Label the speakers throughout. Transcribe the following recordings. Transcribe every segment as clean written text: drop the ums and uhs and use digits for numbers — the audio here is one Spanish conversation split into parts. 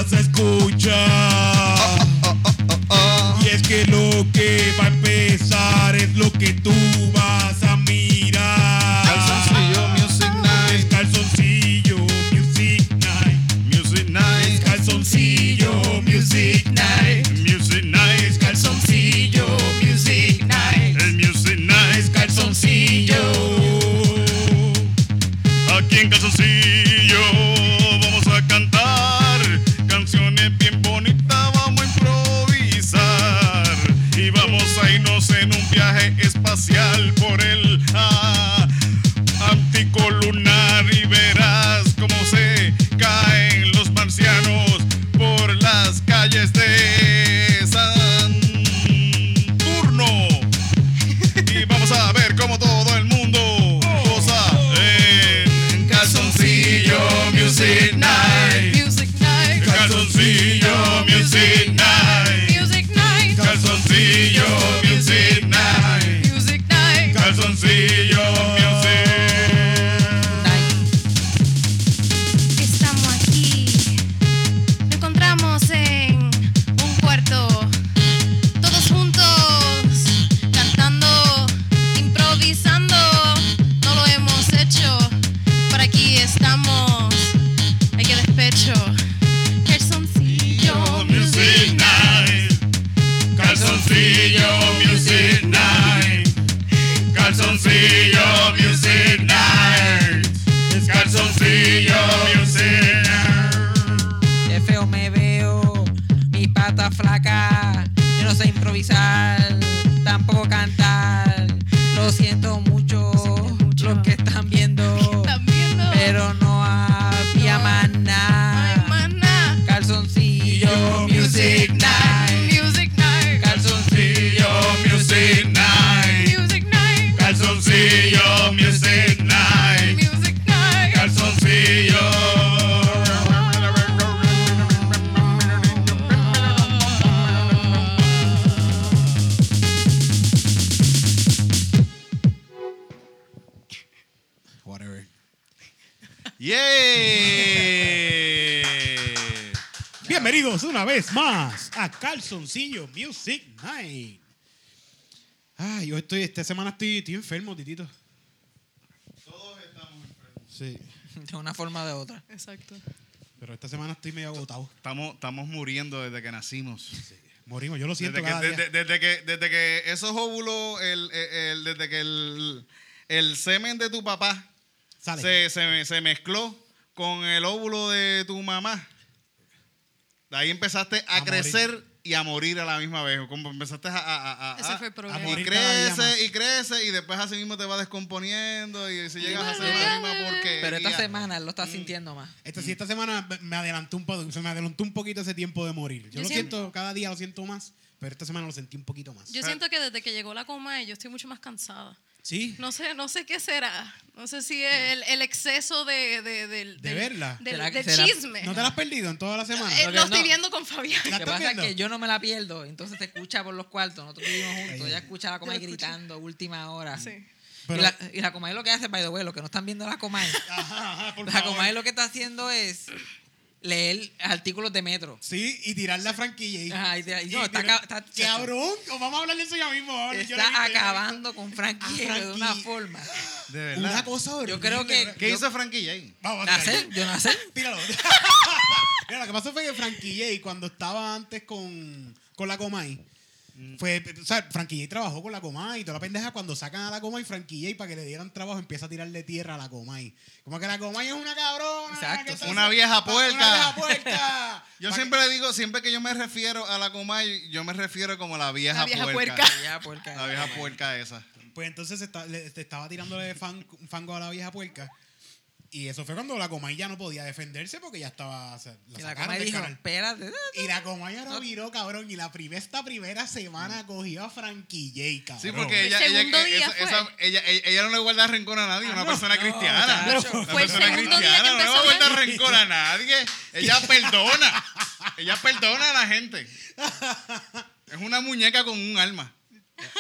Speaker 1: vas a escuchar. Y es que lo que va a empezar es lo que tú vas a mirar.
Speaker 2: Calzoncillo Music Night.
Speaker 1: Es Calzoncillo Music Night.
Speaker 2: Music Night.
Speaker 1: Es Calzoncillo Music Night.
Speaker 2: Music Night.
Speaker 1: Es Calzoncillo Music Night.
Speaker 2: El Music Night.
Speaker 1: Es Calzoncillo.
Speaker 2: Aquí en Calzoncillo vamos a cantar canciones bien bonitas, vamos a improvisar y vamos a irnos en un viaje espacial por el Ártico lunar y verás cómo se caen los marcianos por las calles de Saturno y vamos a ver cómo todo el mundo goza en Calzoncillo Music Night.
Speaker 3: Music Night.
Speaker 2: Calzoncillo Music Night.
Speaker 3: Music Night.
Speaker 2: Calzoncillo Music Night.
Speaker 3: Music Night.
Speaker 2: Calzoncillo Music
Speaker 3: Estamos aquí. Nos encontramos en un cuarto, todos juntos, cantando, improvisando. No lo hemos hecho, por aquí estamos. Hay que despecho. Calzoncillo
Speaker 2: Music Night. Calzoncillo Music Night. Calzoncillo Music Night. Calzoncillo Music Night.
Speaker 4: Qué feo me veo, mi pata flaca. Yo no sé improvisar, tampoco cantar. Lo siento mucho, los que están viendo,
Speaker 3: ¿Están viendo?
Speaker 4: pero no había más
Speaker 3: Ay,
Speaker 4: nada.
Speaker 3: maná.
Speaker 4: Calzoncillo Music Night.
Speaker 3: Music Night.
Speaker 2: Calzoncillo Music Night.
Speaker 3: Music Night.
Speaker 2: Calzoncillo Music Night.
Speaker 3: Music Night.
Speaker 2: Calzoncillo.
Speaker 1: Whatever.
Speaker 2: ¡Yeah!
Speaker 1: Bienvenidos una vez más a Calzoncillo Music Night. Ay, yo esta semana estoy enfermo, titito.
Speaker 2: Todos estamos enfermos.
Speaker 1: Sí,
Speaker 4: De una forma o de otra.
Speaker 3: Exacto.
Speaker 1: pero esta semana estoy medio agotado.
Speaker 2: Estamos muriendo desde que nacimos.
Speaker 1: Morimos, yo lo siento
Speaker 2: Desde
Speaker 1: cada día.
Speaker 2: desde que esos óvulos, desde que el semen de tu papá
Speaker 1: Sale.
Speaker 2: se mezcló con el óvulo de tu mamá. De ahí empezaste a crecer y a morir a la misma vez. Como empezaste
Speaker 3: Ese fue el problema.
Speaker 1: a
Speaker 2: y
Speaker 1: morir cada día más.
Speaker 2: crece y después así mismo te va descomponiendo y si llegas a ser la misma porquería.
Speaker 4: Pero esta semana él lo está sintiendo más.
Speaker 1: Esta semana me adelantó se me adelantó un poquito ese tiempo de morir. Yo
Speaker 3: Yo
Speaker 1: lo
Speaker 3: siento-
Speaker 1: siento, cada día lo siento más, pero esta semana lo sentí un poquito más.
Speaker 3: Yo siento que desde que llegó la coma yo estoy mucho más cansada.
Speaker 1: ¿Sí?
Speaker 3: No sé qué será. No sé si el exceso de
Speaker 1: verla?
Speaker 3: del
Speaker 4: ¿Será-
Speaker 3: chisme.
Speaker 1: ¿No te la has perdido en toda la semana?
Speaker 3: Lo
Speaker 4: no.
Speaker 3: estoy viendo con Fabián.
Speaker 1: ¿La
Speaker 4: Lo que
Speaker 1: estás
Speaker 4: pasa es
Speaker 1: viendo?
Speaker 4: que yo no me la pierdo, entonces te escucha por los cuartos. Nosotros vivimos juntos,
Speaker 1: Ahí.
Speaker 4: ella escucha a la Comay
Speaker 3: Yo lo escucho.
Speaker 4: gritando, última hora.
Speaker 3: Sí.
Speaker 1: Pero-
Speaker 4: Y la Comay lo que hace, by the way, los que no están viendo la Comay,
Speaker 1: Ajá, por
Speaker 4: la
Speaker 1: favor.
Speaker 4: Comay lo que está haciendo es leer artículos de Metro.
Speaker 1: Sí, y tirar la franquicia.
Speaker 4: Ajá, no, está-
Speaker 1: Cabrón, vamos a hablar de eso ya mismo. Yo
Speaker 4: está
Speaker 1: lo he visto,
Speaker 4: acabando con Frankie
Speaker 1: A
Speaker 4: de una
Speaker 1: Frankie.
Speaker 4: forma.
Speaker 2: De verdad.
Speaker 1: Una cosa horrible.
Speaker 4: Yo creo que-
Speaker 2: ¿Qué hizo Franquilla ahí?
Speaker 1: Vamos a
Speaker 4: ¿Nacer? ¿Yo nacer?
Speaker 1: Tíralo. Mira, lo que pasó fue que Frankie J, cuando estaba antes con la Comay, o sea, Frankie J trabajó con la Comay y toda la pendeja. Cuando sacan a la Comay, Frankie J, para que le dieran trabajo, empieza a tirarle tierra a la Comay. Como que la Comay es una cabrona.
Speaker 4: Exacto,
Speaker 1: que está-
Speaker 2: Una vieja puerca.
Speaker 1: Una vieja puerca.
Speaker 2: Yo siempre le digo, siempre que yo me refiero a la Comay, yo me refiero como la vieja,
Speaker 3: La vieja
Speaker 2: puerca.
Speaker 3: puerca.
Speaker 4: Ya, puerca.
Speaker 2: La vieja puerca esa.
Speaker 1: Pues entonces estaba tirándole fango a la vieja puerca. Y eso fue cuando la Comay ya no podía defenderse porque ya estaba. O sea,
Speaker 4: Y la
Speaker 1: sacaron
Speaker 4: Comay
Speaker 1: del
Speaker 4: dijo,
Speaker 1: canal.
Speaker 4: espérate.
Speaker 1: Y la Comay ahora viró, cabrón. Y esta primera semana cogió a Frankie J, cabrón.
Speaker 2: Sí, porque
Speaker 3: El segundo día
Speaker 2: ella no le guarda rencor a nadie, una persona cristiana.
Speaker 4: chacho.
Speaker 2: Una
Speaker 3: Fue el
Speaker 2: persona
Speaker 3: segundo día que
Speaker 2: cristiana no le
Speaker 3: empezó
Speaker 2: va a guardar
Speaker 3: a ver.
Speaker 2: rencor a nadie. Ella perdona. Ella perdona a la gente. Es una muñeca con un alma.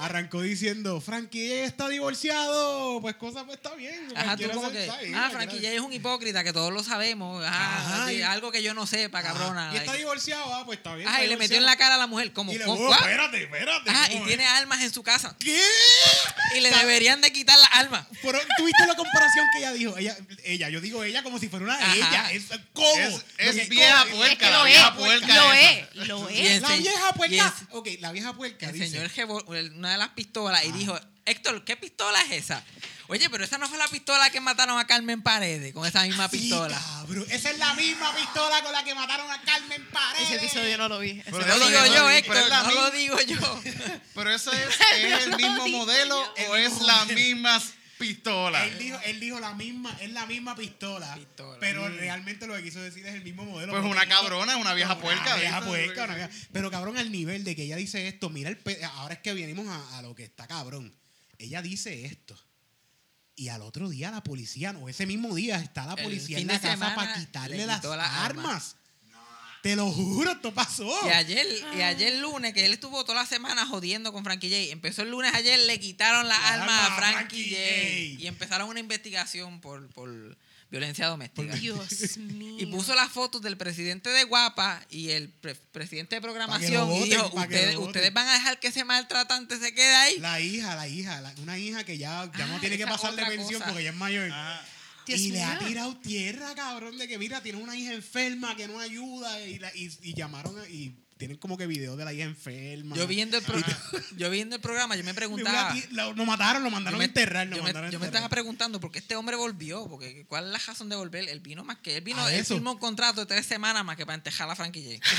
Speaker 1: arrancó diciendo, Frankie J está divorciado. Pues cosa, pues está bien.
Speaker 4: Ajá, tú
Speaker 1: Cualquiera
Speaker 4: como
Speaker 1: se-
Speaker 4: que,
Speaker 1: está bien,
Speaker 4: Frankie
Speaker 1: cualquiera-
Speaker 4: J es un hipócrita, que todos lo sabemos.
Speaker 1: Ajá,
Speaker 4: Sí,
Speaker 1: y-
Speaker 4: algo que yo no sepa, cabrona.
Speaker 1: Y está
Speaker 4: like.
Speaker 1: divorciado, pues está bien.
Speaker 4: Ajá,
Speaker 1: está
Speaker 4: y le metió en la
Speaker 1: divorciado.
Speaker 4: cara a la mujer, como,
Speaker 1: Y le
Speaker 4: ¿what?
Speaker 1: espérate.
Speaker 4: Ajá, y
Speaker 1: ¿cómo
Speaker 4: tiene
Speaker 1: es?
Speaker 4: armas en su casa.
Speaker 1: ¿Qué?
Speaker 4: Y le deberían de quitar las armas.
Speaker 1: Pero, ¿tuviste la comparación que ella dijo? Ella, yo digo ella como si fuera una
Speaker 4: Ajá.
Speaker 1: ella. ¿Cómo?
Speaker 2: Es
Speaker 1: Porque-
Speaker 2: vieja
Speaker 1: ¿cómo?
Speaker 2: puerca,
Speaker 3: Es que
Speaker 2: la
Speaker 3: lo
Speaker 2: vieja
Speaker 3: es.
Speaker 2: puerca
Speaker 3: Lo
Speaker 2: esa.
Speaker 3: es. Lo
Speaker 4: Y
Speaker 3: es.
Speaker 4: el
Speaker 1: La
Speaker 4: se-
Speaker 1: vieja
Speaker 4: y
Speaker 1: puerca. Ok, la vieja puerca.
Speaker 4: El
Speaker 1: dice.
Speaker 4: señor una de las pistolas y dijo, Héctor, ¿qué pistola es esa? Oye, pero esa no fue la pistola que mataron a Carmen Paredes, con esa misma
Speaker 1: Sí,
Speaker 4: pistola.
Speaker 1: cabrón. Esa es la misma pistola con la que mataron a Carmen Paredes.
Speaker 3: Ese episodio no lo vi.
Speaker 2: Pero
Speaker 4: No
Speaker 2: eso
Speaker 4: lo digo
Speaker 2: es-
Speaker 4: yo,
Speaker 2: pero
Speaker 4: Héctor,
Speaker 2: es la
Speaker 4: no lo
Speaker 2: misma-
Speaker 4: digo yo.
Speaker 2: Pero eso es el mismo modelo o es la misma pistola.
Speaker 1: Él dijo es la misma pistola. Pero realmente lo que quiso decir es el mismo modelo.
Speaker 2: Pues
Speaker 1: porque
Speaker 2: una
Speaker 1: dijo-
Speaker 2: cabrona, una vieja puerca.
Speaker 1: Una vieja
Speaker 2: ¿viste?
Speaker 1: puerca, una vieja- Pero cabrón, al nivel de que ella dice esto, mira ahora es que venimos a lo que está cabrón. Ella dice esto. Y al otro día la policía, o ese mismo día, está la
Speaker 4: El
Speaker 1: policía
Speaker 4: fin
Speaker 1: en la
Speaker 4: de
Speaker 1: casa
Speaker 4: semana
Speaker 1: para quitarle
Speaker 4: le
Speaker 1: las
Speaker 4: quitó las
Speaker 1: armas. Te lo juro, esto pasó.
Speaker 4: Y ayer lunes, que él estuvo toda la semana jodiendo con Frankie J. Empezó el lunes ayer, le quitaron las
Speaker 1: La
Speaker 4: armas
Speaker 1: arma
Speaker 4: a
Speaker 1: a
Speaker 4: Frankie
Speaker 1: Frankie
Speaker 4: J.
Speaker 1: J.
Speaker 4: Y empezaron una investigación por violencia doméstica.
Speaker 3: Dios mío.
Speaker 4: Y puso las fotos del presidente de Guapa y el presidente de programación.
Speaker 1: voten,
Speaker 4: Y dijo,
Speaker 1: pa' que lo voten.
Speaker 4: ustedes van a dejar que ese maltratante se quede ahí.
Speaker 1: La hija, una hija que ya no tiene que
Speaker 4: esa
Speaker 1: pasar de
Speaker 4: otra
Speaker 1: pensión
Speaker 4: cosa.
Speaker 1: porque ya es mayor.
Speaker 3: Dios
Speaker 1: y le ha
Speaker 3: mío.
Speaker 1: tirado tierra, cabrón, de que mira, tiene una hija enferma que no ayuda y llamaron y tienen como que videos de la hija enferma.
Speaker 4: Yo viendo el programa, yo me preguntaba.
Speaker 1: Lo mataron, lo mandaron a enterrar.
Speaker 4: Yo me estaba preguntando por qué este hombre volvió, porque cuál es la razón de volver. Él vino
Speaker 1: A
Speaker 4: él
Speaker 1: eso.
Speaker 4: firmó un contrato de 3 semanas más que para entejar a Frankie J.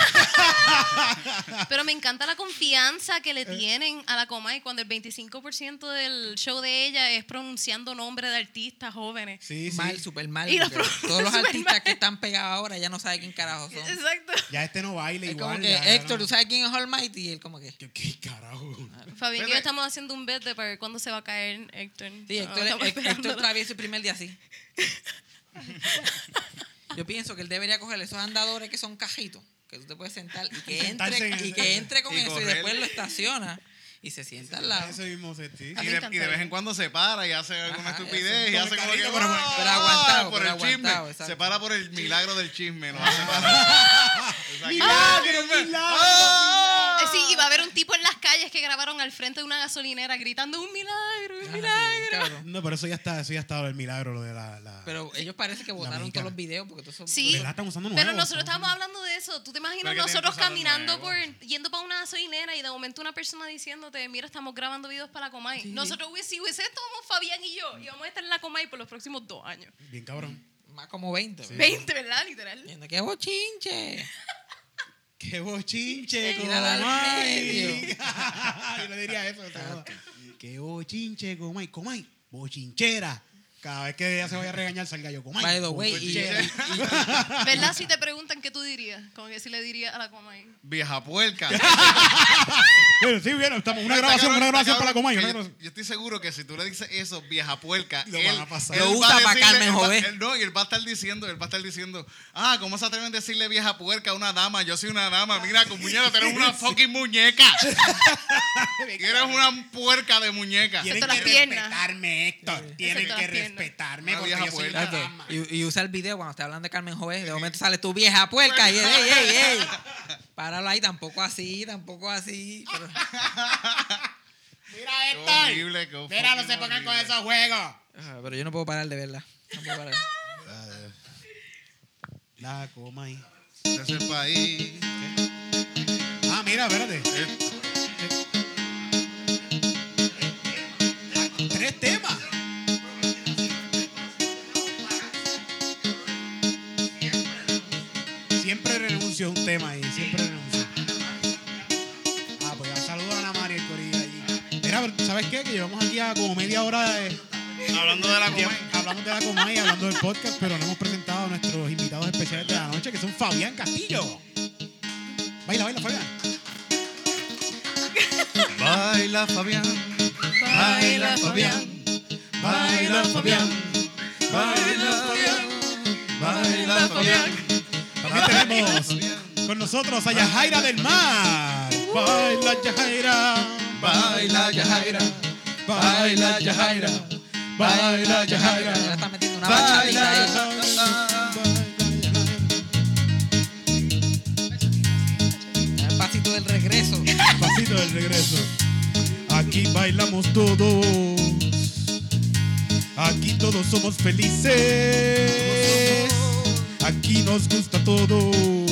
Speaker 3: Pero me encanta la confianza que le tienen a la Comay cuando el 25% del show de ella es pronunciando nombres de artistas jóvenes.
Speaker 1: Sí, sí.
Speaker 4: Mal, súper mal.
Speaker 3: Y los
Speaker 4: porque todos los
Speaker 3: súper
Speaker 4: artistas
Speaker 3: mal.
Speaker 4: que están pegados ahora ya no sabe quién carajo son.
Speaker 3: Exacto.
Speaker 1: Ya este no baila
Speaker 4: Es
Speaker 1: igual.
Speaker 4: como que,
Speaker 1: ya
Speaker 4: Héctor,
Speaker 1: no-
Speaker 4: ¿tú sabes quién es Almighty? Y él como que...
Speaker 1: ¿Qué carajo?
Speaker 3: Fabián y yo
Speaker 2: Pero-
Speaker 3: estamos haciendo un bet de para ver cuándo se va a caer Héctor.
Speaker 4: Sí,
Speaker 3: Estamos esperándolo.
Speaker 4: Héctor travieso el primer día así. Yo pienso que él debería coger esos andadores que son cajitos, que tú te puedes sentar y que
Speaker 1: Sentarse en
Speaker 4: entre con
Speaker 2: y
Speaker 4: eso y
Speaker 2: correr.
Speaker 4: después lo estaciona y se sienta al lado.
Speaker 1: Eso mismo sentí.
Speaker 3: A mí
Speaker 2: Y
Speaker 3: me
Speaker 2: de
Speaker 3: encantaría.
Speaker 2: vez en cuando se para y hace alguna
Speaker 4: Ajá,
Speaker 2: estupidez y
Speaker 1: eso.
Speaker 2: hace
Speaker 1: Con
Speaker 2: como
Speaker 1: el
Speaker 2: que
Speaker 1: carrito,
Speaker 2: ¡ah!
Speaker 4: pero aguantado,
Speaker 2: por
Speaker 4: pero
Speaker 2: el chisme.
Speaker 4: aguantado, exacto.
Speaker 2: Se para por el milagro del chisme, ¿no? Hace parar.
Speaker 1: ¡Milagro, milagro!
Speaker 3: Sí, y va a haber un tipo en las calles que grabaron al frente de una gasolinera gritando un milagro, un
Speaker 4: Ajá,
Speaker 3: milagro.
Speaker 4: sí, cabrón.
Speaker 1: No, pero eso ya está el milagro, lo de la...
Speaker 4: Pero ellos parece que votaron
Speaker 1: mexicana.
Speaker 4: todos los videos porque todos son...
Speaker 3: Sí.
Speaker 1: ¿Verdad? Están usando
Speaker 3: Pero
Speaker 1: nuevos,
Speaker 3: nosotros
Speaker 1: están
Speaker 3: estábamos hablando de eso. ¿Tú te imaginas
Speaker 2: Pero que tienen
Speaker 3: nosotros
Speaker 2: que usar
Speaker 3: caminando
Speaker 2: los nuevos.
Speaker 3: yendo para una gasolinera y de momento una persona diciéndote, mira, estamos grabando videos para la Comay?
Speaker 4: Sí.
Speaker 3: Nosotros, si hubiese estado Fabián y yo, y vamos a estar en la Comay por los próximos 2 años.
Speaker 1: Bien cabrón.
Speaker 4: Más como 20. ¿verdad?
Speaker 3: 20, ¿verdad? Literal.
Speaker 4: Viendo, ¡qué bochinche!
Speaker 1: ¡Qué bochinche,
Speaker 4: Tírala al
Speaker 1: Comay!
Speaker 4: medio.
Speaker 1: Yo le diría eso. ¡Qué bochinche, Comay! Comay, bochinchera. Cada vez que ella se vaya a regañar, salga yo, Comay.
Speaker 4: By the way,
Speaker 1: bochinchera.
Speaker 3: ¿Verdad? Si te preguntan, ¿qué tú dirías? Como que si le dirías a la Comay.
Speaker 2: Vieja puerca.
Speaker 1: Bueno, sí, bien, estamos. Una
Speaker 2: Está
Speaker 1: grabación
Speaker 2: cabrón,
Speaker 1: para la
Speaker 2: cabrón,
Speaker 1: Comay.
Speaker 2: que
Speaker 1: una
Speaker 2: yo,
Speaker 1: grabación.
Speaker 2: yo estoy seguro que si tú le dices eso, vieja puerca,
Speaker 1: Lo van a pasar.
Speaker 4: Lo
Speaker 2: va
Speaker 4: usa
Speaker 2: a
Speaker 4: pa'
Speaker 2: decirle-
Speaker 4: Carmen
Speaker 2: él va-
Speaker 4: Jové.
Speaker 2: él va a estar diciendo, ¿cómo se atreven a decirle vieja puerca a una dama? Yo soy una dama, mira, con muñeca, tú eres una fucking muñeca. Y eres una puerca de muñeca.
Speaker 1: Tienen
Speaker 3: Excepto
Speaker 1: que
Speaker 3: las piernas.
Speaker 1: respetarme, Héctor. Tienen
Speaker 3: Excepto
Speaker 1: que
Speaker 3: las piernas.
Speaker 1: respetarme
Speaker 2: Una
Speaker 1: porque
Speaker 2: vieja
Speaker 1: yo soy
Speaker 2: puerca.
Speaker 1: una
Speaker 4: Exacto.
Speaker 1: dama.
Speaker 4: Y usa el video cuando está hablando de Carmen Jové. De momento sale tu vieja puerca y él, ey. Páralo ahí, tampoco así. Pero,
Speaker 1: Mira,
Speaker 2: Qué
Speaker 1: Héctor.
Speaker 2: horrible, qué
Speaker 1: Mira, no
Speaker 2: fucking
Speaker 1: se pongan con
Speaker 2: horrible.
Speaker 1: esos juegos.
Speaker 4: pero yo no puedo parar de verla. No puedo parar.
Speaker 1: La Comay.
Speaker 2: De ese país.
Speaker 1: Ah, mira, espérate. 3 temas. Siempre renuncio a un tema ahí, siempre renuncio. Ah, pues ya saludo a Ana María y el corillo allí. Mira, ¿sabes qué? Que llevamos aquí a como media hora de...
Speaker 2: Hablando de la Comay.
Speaker 1: Hablamos de la Comay, hablando del podcast, pero no hemos presentado a nuestros invitados especiales de la noche, que son Fabián Castillo. Baila, Fabián.
Speaker 2: Baila Fabián.
Speaker 3: Baila, Fabián.
Speaker 1: Baila, Fabián.
Speaker 2: Baila Fabián. Baila Fabián.
Speaker 1: También tenemos con nosotros a Yajaira del Mar. Baila, Yajaira.
Speaker 2: Baila Yajaira, baila Yajaira, baila Yajaira.
Speaker 4: Ya está metiendo una bachatita ahí. El pasito del regreso.
Speaker 1: Pasito del regreso. Aquí bailamos todos. Aquí todos somos felices. Aquí nos gusta todo.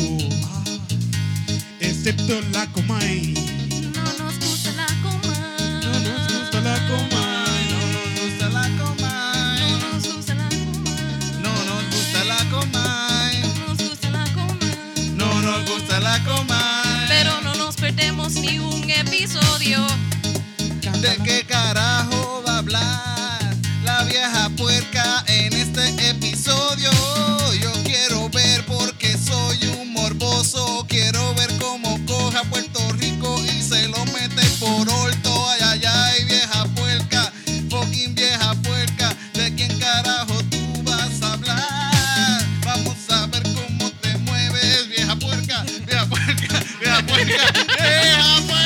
Speaker 1: Excepto la Comay.
Speaker 3: No nos gusta la Comay.
Speaker 1: No nos gusta la Comay.
Speaker 2: No nos gusta la Comay.
Speaker 3: No nos gusta la Comay.
Speaker 2: No nos gusta la Comay.
Speaker 3: No nos gusta la Comay.
Speaker 2: No nos gusta la Comay.
Speaker 3: Pero no nos perdemos ni un episodio.
Speaker 2: ¿De qué carajo va a hablar la vieja puerca en este episodio? Yo quiero ver porque soy un morboso. Quiero ver cómo coge a Puerto Rico y se lo mete por orto. Ay, ay, ay, vieja puerca, fucking vieja puerca. ¿De quién carajo tú vas a hablar? Vamos a ver cómo te mueves, vieja puerca, vieja puerca, vieja puerca, vieja puerca.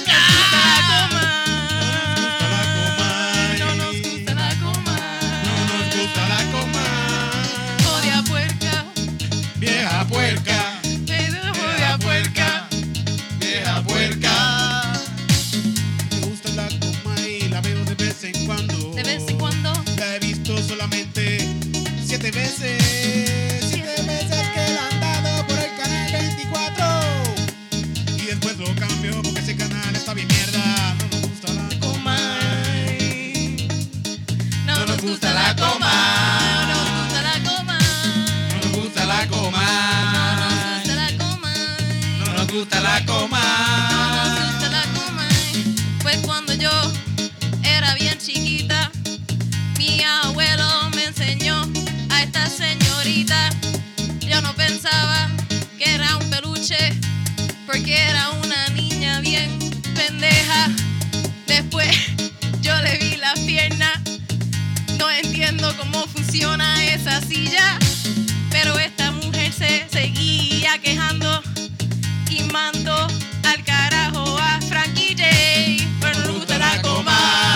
Speaker 3: No nos gusta la Comay.
Speaker 1: No nos gusta la Comay.
Speaker 3: Odia puerca.
Speaker 1: Vieja puerca.
Speaker 3: Odia puerca.
Speaker 2: Vieja puerca.
Speaker 1: Me gusta la Comay. La veo de vez en cuando.
Speaker 3: De vez en cuando.
Speaker 1: La he visto solamente 7 veces. 7 veces que la han dado por el canal 24. Y después lo cambio porque ese canal está bien mierda. No nos gusta la Comay.
Speaker 3: No nos gusta la Comay. No nos gusta la Comay.
Speaker 2: No nos gusta la
Speaker 3: No
Speaker 2: Comay.
Speaker 3: nos gusta la Comay.
Speaker 2: No nos gusta la
Speaker 3: No
Speaker 2: Comay.
Speaker 3: nos gusta la Comay. Pues cuando yo era bien chiquita, mi abuelo me enseñó a esta señorita. Yo no pensaba que era un peluche, porque era una niña bien pendeja. Después yo le vi las piernas. No entiendo cómo funciona esa silla, pero esta mujer se seguía quejando y mandó al carajo a Frankie J. Pero no nos gusta la Comay.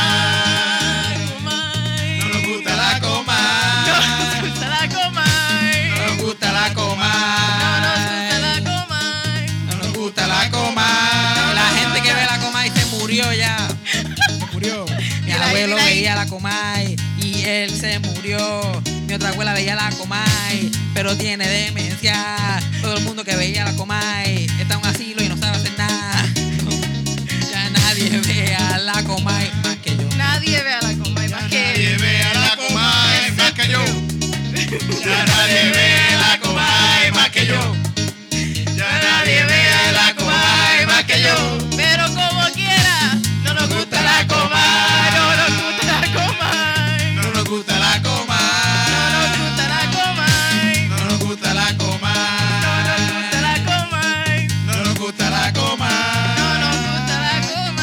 Speaker 2: No nos gusta la Comay.
Speaker 3: No nos gusta la Comay.
Speaker 2: No nos gusta la Comay.
Speaker 3: No nos gusta la Comay.
Speaker 2: No nos gusta la Comay.
Speaker 4: La gente que ve la Comay se murió ya.
Speaker 1: Se murió.
Speaker 4: Mi
Speaker 3: Mira ahí,
Speaker 4: abuelo
Speaker 3: mira ahí.
Speaker 4: veía la Comay y él se murió. Mi otra abuela veía la Comay, pero tiene demencia. Todo el mundo que veía la Comay está en un asilo y no sabe hacer nada. Ya nadie ve a la Comay más que yo.
Speaker 3: Nadie ve a la Comay más que
Speaker 2: Nadie ve a la Comay más que yo. Ya nadie ve a la Comay más que yo. Ya nadie ve a la Comay más que yo.
Speaker 3: Pero como quiera, no nos gusta la Comay. No nos gusta la Comay.
Speaker 2: No nos gusta la
Speaker 3: No
Speaker 2: Comay.
Speaker 3: nos gusta la Comay.
Speaker 2: No nos gusta la
Speaker 3: No
Speaker 2: Comay.
Speaker 3: nos gusta la Comay.
Speaker 2: No nos gusta la Comay.
Speaker 3: No nos gusta la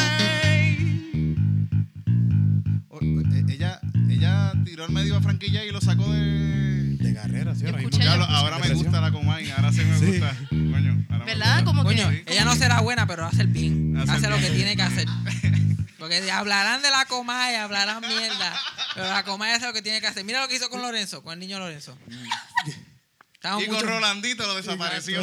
Speaker 3: Comay.
Speaker 2: Ella tiró al medio a Frankie J y lo sacó de
Speaker 1: carrera, sí. Ahora mismo.
Speaker 3: Escucha,
Speaker 2: Ya ahora me
Speaker 1: Depresión.
Speaker 2: gusta la Comay, ahora sí me
Speaker 1: Sí.
Speaker 2: gusta. Coño, ahora me
Speaker 3: ¿Verdad?
Speaker 2: gusta.
Speaker 3: Como
Speaker 4: Coño,
Speaker 3: que
Speaker 4: ella no será buena, pero hace el bien.
Speaker 2: Hace
Speaker 4: Hace
Speaker 2: el
Speaker 4: lo que
Speaker 2: bien.
Speaker 4: tiene que hacer. Porque hablarán de la Comay, hablarán mierda. Pero la Comay hace lo que tiene que hacer. Mira lo que hizo con Lorenzo, con el niño Lorenzo. Estamos
Speaker 2: Y con
Speaker 4: mucho-
Speaker 2: Rolandito lo desapareció.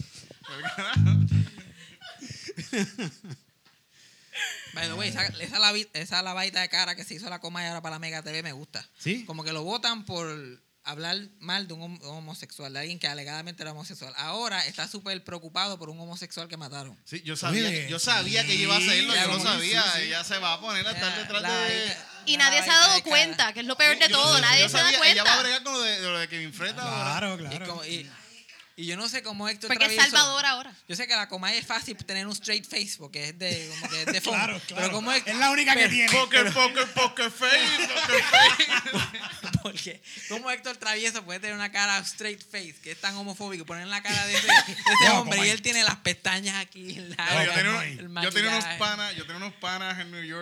Speaker 4: By the way, esa lavadita de cara que se hizo la Comay ahora para la Mega TV me gusta.
Speaker 1: ¿Sí?
Speaker 4: Como que lo votan por hablar mal de un homosexual, de alguien que alegadamente era homosexual. Ahora está súper preocupado por un homosexual que mataron.
Speaker 2: Sí, yo
Speaker 1: Oye,
Speaker 2: sabía que iba a hacerlo,
Speaker 4: sí,
Speaker 2: yo lo
Speaker 4: sí,
Speaker 2: sabía.
Speaker 1: sí, sí.
Speaker 2: Ella se va a poner a estar detrás de...
Speaker 3: y nadie se ha dado cuenta, que es lo peor de todo. Nadie se da
Speaker 2: Ella va a
Speaker 3: cuenta.
Speaker 2: bregar con lo de Kevin Fred ahora.
Speaker 1: Claro.
Speaker 4: Y yo no sé cómo Héctor
Speaker 3: Porque es
Speaker 4: Travieso-
Speaker 3: Salvador ahora.
Speaker 4: Yo sé que la Comay es fácil tener un straight face porque es de, como que es de fondo.
Speaker 1: Claro.
Speaker 4: Pero como
Speaker 1: Es la única que tiene.
Speaker 2: Poker face.
Speaker 4: Porque como Héctor Travieso puede tener una cara straight face que es tan homofóbico, poner la cara de ese
Speaker 1: No,
Speaker 4: hombre
Speaker 1: Comay.
Speaker 4: y él tiene las pestañas aquí en la
Speaker 2: No, yo
Speaker 4: el
Speaker 2: tenía unos
Speaker 4: maquillaje.
Speaker 2: panas en New York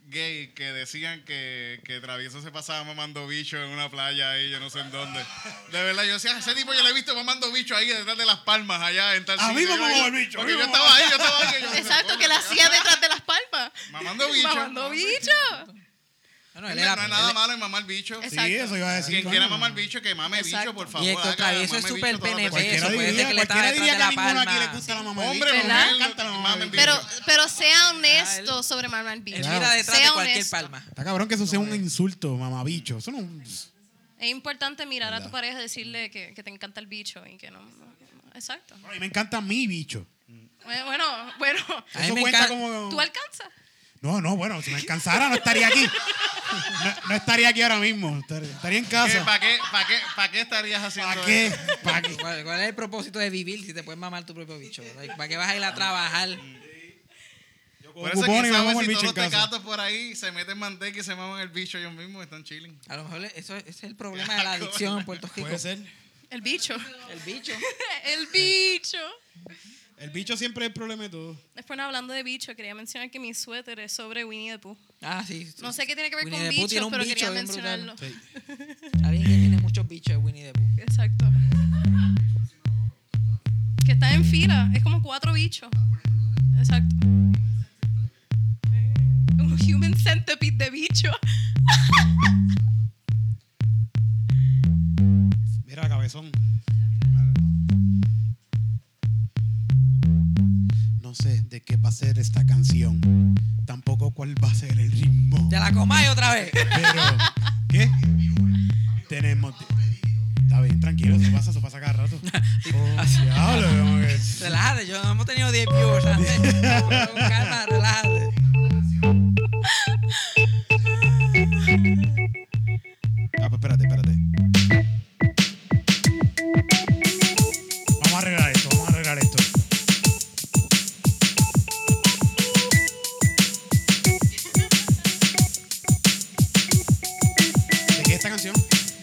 Speaker 2: gay que decían que Travieso se pasaba mamando bicho en una playa ahí, yo no sé en dónde. De verdad, yo decía, ese tipo yo lo he visto mamando bicho ahí detrás de las palmas, allá en tal
Speaker 1: A mí
Speaker 2: sitio.
Speaker 1: me mamó el bicho.
Speaker 2: Porque yo estaba ahí.
Speaker 3: Exacto, que la hacía detrás de las palmas.
Speaker 2: Mamando bicho.
Speaker 3: Mamando bicho.
Speaker 4: Bueno,
Speaker 2: No
Speaker 4: él
Speaker 2: es
Speaker 4: era,
Speaker 2: nada
Speaker 4: él-
Speaker 2: malo en mamar bicho.
Speaker 3: Exacto.
Speaker 1: Sí, eso iba a decir.
Speaker 2: Quien
Speaker 1: coño.
Speaker 2: quiera mamar bicho, que mame
Speaker 3: Exacto.
Speaker 2: bicho, por favor.
Speaker 4: Y Héctor
Speaker 2: haga,
Speaker 4: Travieso es
Speaker 2: mame
Speaker 4: súper
Speaker 2: bicho todas las
Speaker 4: PNP,
Speaker 2: veces.
Speaker 4: eso
Speaker 1: Cualquiera
Speaker 4: puede ser
Speaker 1: diría,
Speaker 4: que le estaba
Speaker 1: cualquiera
Speaker 4: detrás
Speaker 1: diría
Speaker 4: de
Speaker 1: que
Speaker 4: la
Speaker 1: a ninguno aquí le
Speaker 4: palma.
Speaker 1: gusta la mamá
Speaker 2: Hombre,
Speaker 1: bicho.
Speaker 3: ¿verdad?
Speaker 1: Me encanta la mamá
Speaker 2: Mamen
Speaker 1: bicho.
Speaker 3: Pero sea honesto sobre mamar
Speaker 4: Él
Speaker 3: bicho.
Speaker 4: mira detrás
Speaker 3: Sea
Speaker 4: de cualquier
Speaker 3: honesto.
Speaker 4: palma.
Speaker 1: Está cabrón que eso sea un insulto, mamabicho. Eso no.
Speaker 3: Es importante mirar a tu pareja y decirle que te encanta el bicho y que no. Exacto.
Speaker 1: A mí me encanta mi bicho.
Speaker 3: Bueno.
Speaker 4: A mí
Speaker 1: Eso
Speaker 4: me
Speaker 1: cuenta
Speaker 4: encanta-
Speaker 1: como.
Speaker 3: ¿Tú alcanzas?
Speaker 1: No, bueno, si me alcanzara no estaría aquí. No estaría aquí ahora mismo. Estaría en casa.
Speaker 2: ¿Para qué estarías haciendo
Speaker 1: ¿Para qué?
Speaker 2: eso?
Speaker 1: ¿Para qué?
Speaker 4: ¿Cuál es el propósito de vivir si te puedes mamar tu propio bicho? ¿Para qué vas a ir a trabajar?
Speaker 2: Por eso
Speaker 1: Cupón y
Speaker 2: quién
Speaker 1: me
Speaker 2: sabe
Speaker 1: mamo el
Speaker 2: si
Speaker 1: bicho
Speaker 2: todos
Speaker 1: en
Speaker 2: los
Speaker 1: casa.
Speaker 2: tecatos por ahí se meten manteca y se maman el bicho ellos mismos, están chilling.
Speaker 4: A lo mejor ese es el problema de la adicción en Puerto Rico.
Speaker 1: Puede ser.
Speaker 3: El bicho.
Speaker 4: El bicho.
Speaker 3: El bicho.
Speaker 1: El bicho siempre es el problema de todo.
Speaker 3: Después, hablando de bicho, quería mencionar que mi suéter es sobre Winnie the Pooh.
Speaker 4: Ah, sí.
Speaker 3: No sé qué tiene que ver
Speaker 4: Winnie
Speaker 3: con
Speaker 4: the Pooh tiene
Speaker 3: bichos,
Speaker 4: un
Speaker 3: pero
Speaker 4: bicho
Speaker 3: quería
Speaker 4: bien brutal.
Speaker 3: mencionarlo.
Speaker 1: Sí.
Speaker 4: Alguien que tiene muchos bichos es Winnie the Pooh.
Speaker 3: Exacto. Que está en fila. Es como 4 bichos. Exacto. Un human centipede de bicho.
Speaker 1: Mira, cabezón. No sé de qué va a ser esta canción. Tampoco cuál va a ser el ritmo.
Speaker 4: ¿Ya la comáis otra vez?
Speaker 1: Pero, ¿qué? Tenemos. Está bien, tranquilo, eso pasa cada rato. Oh, diablo, como que-
Speaker 4: Relájate, yo no hemos tenido 10 viewers antes. Con calma, relájate.
Speaker 1: Ah, pues espérate. Vamos a arreglar esto. ¿De qué es esta canción?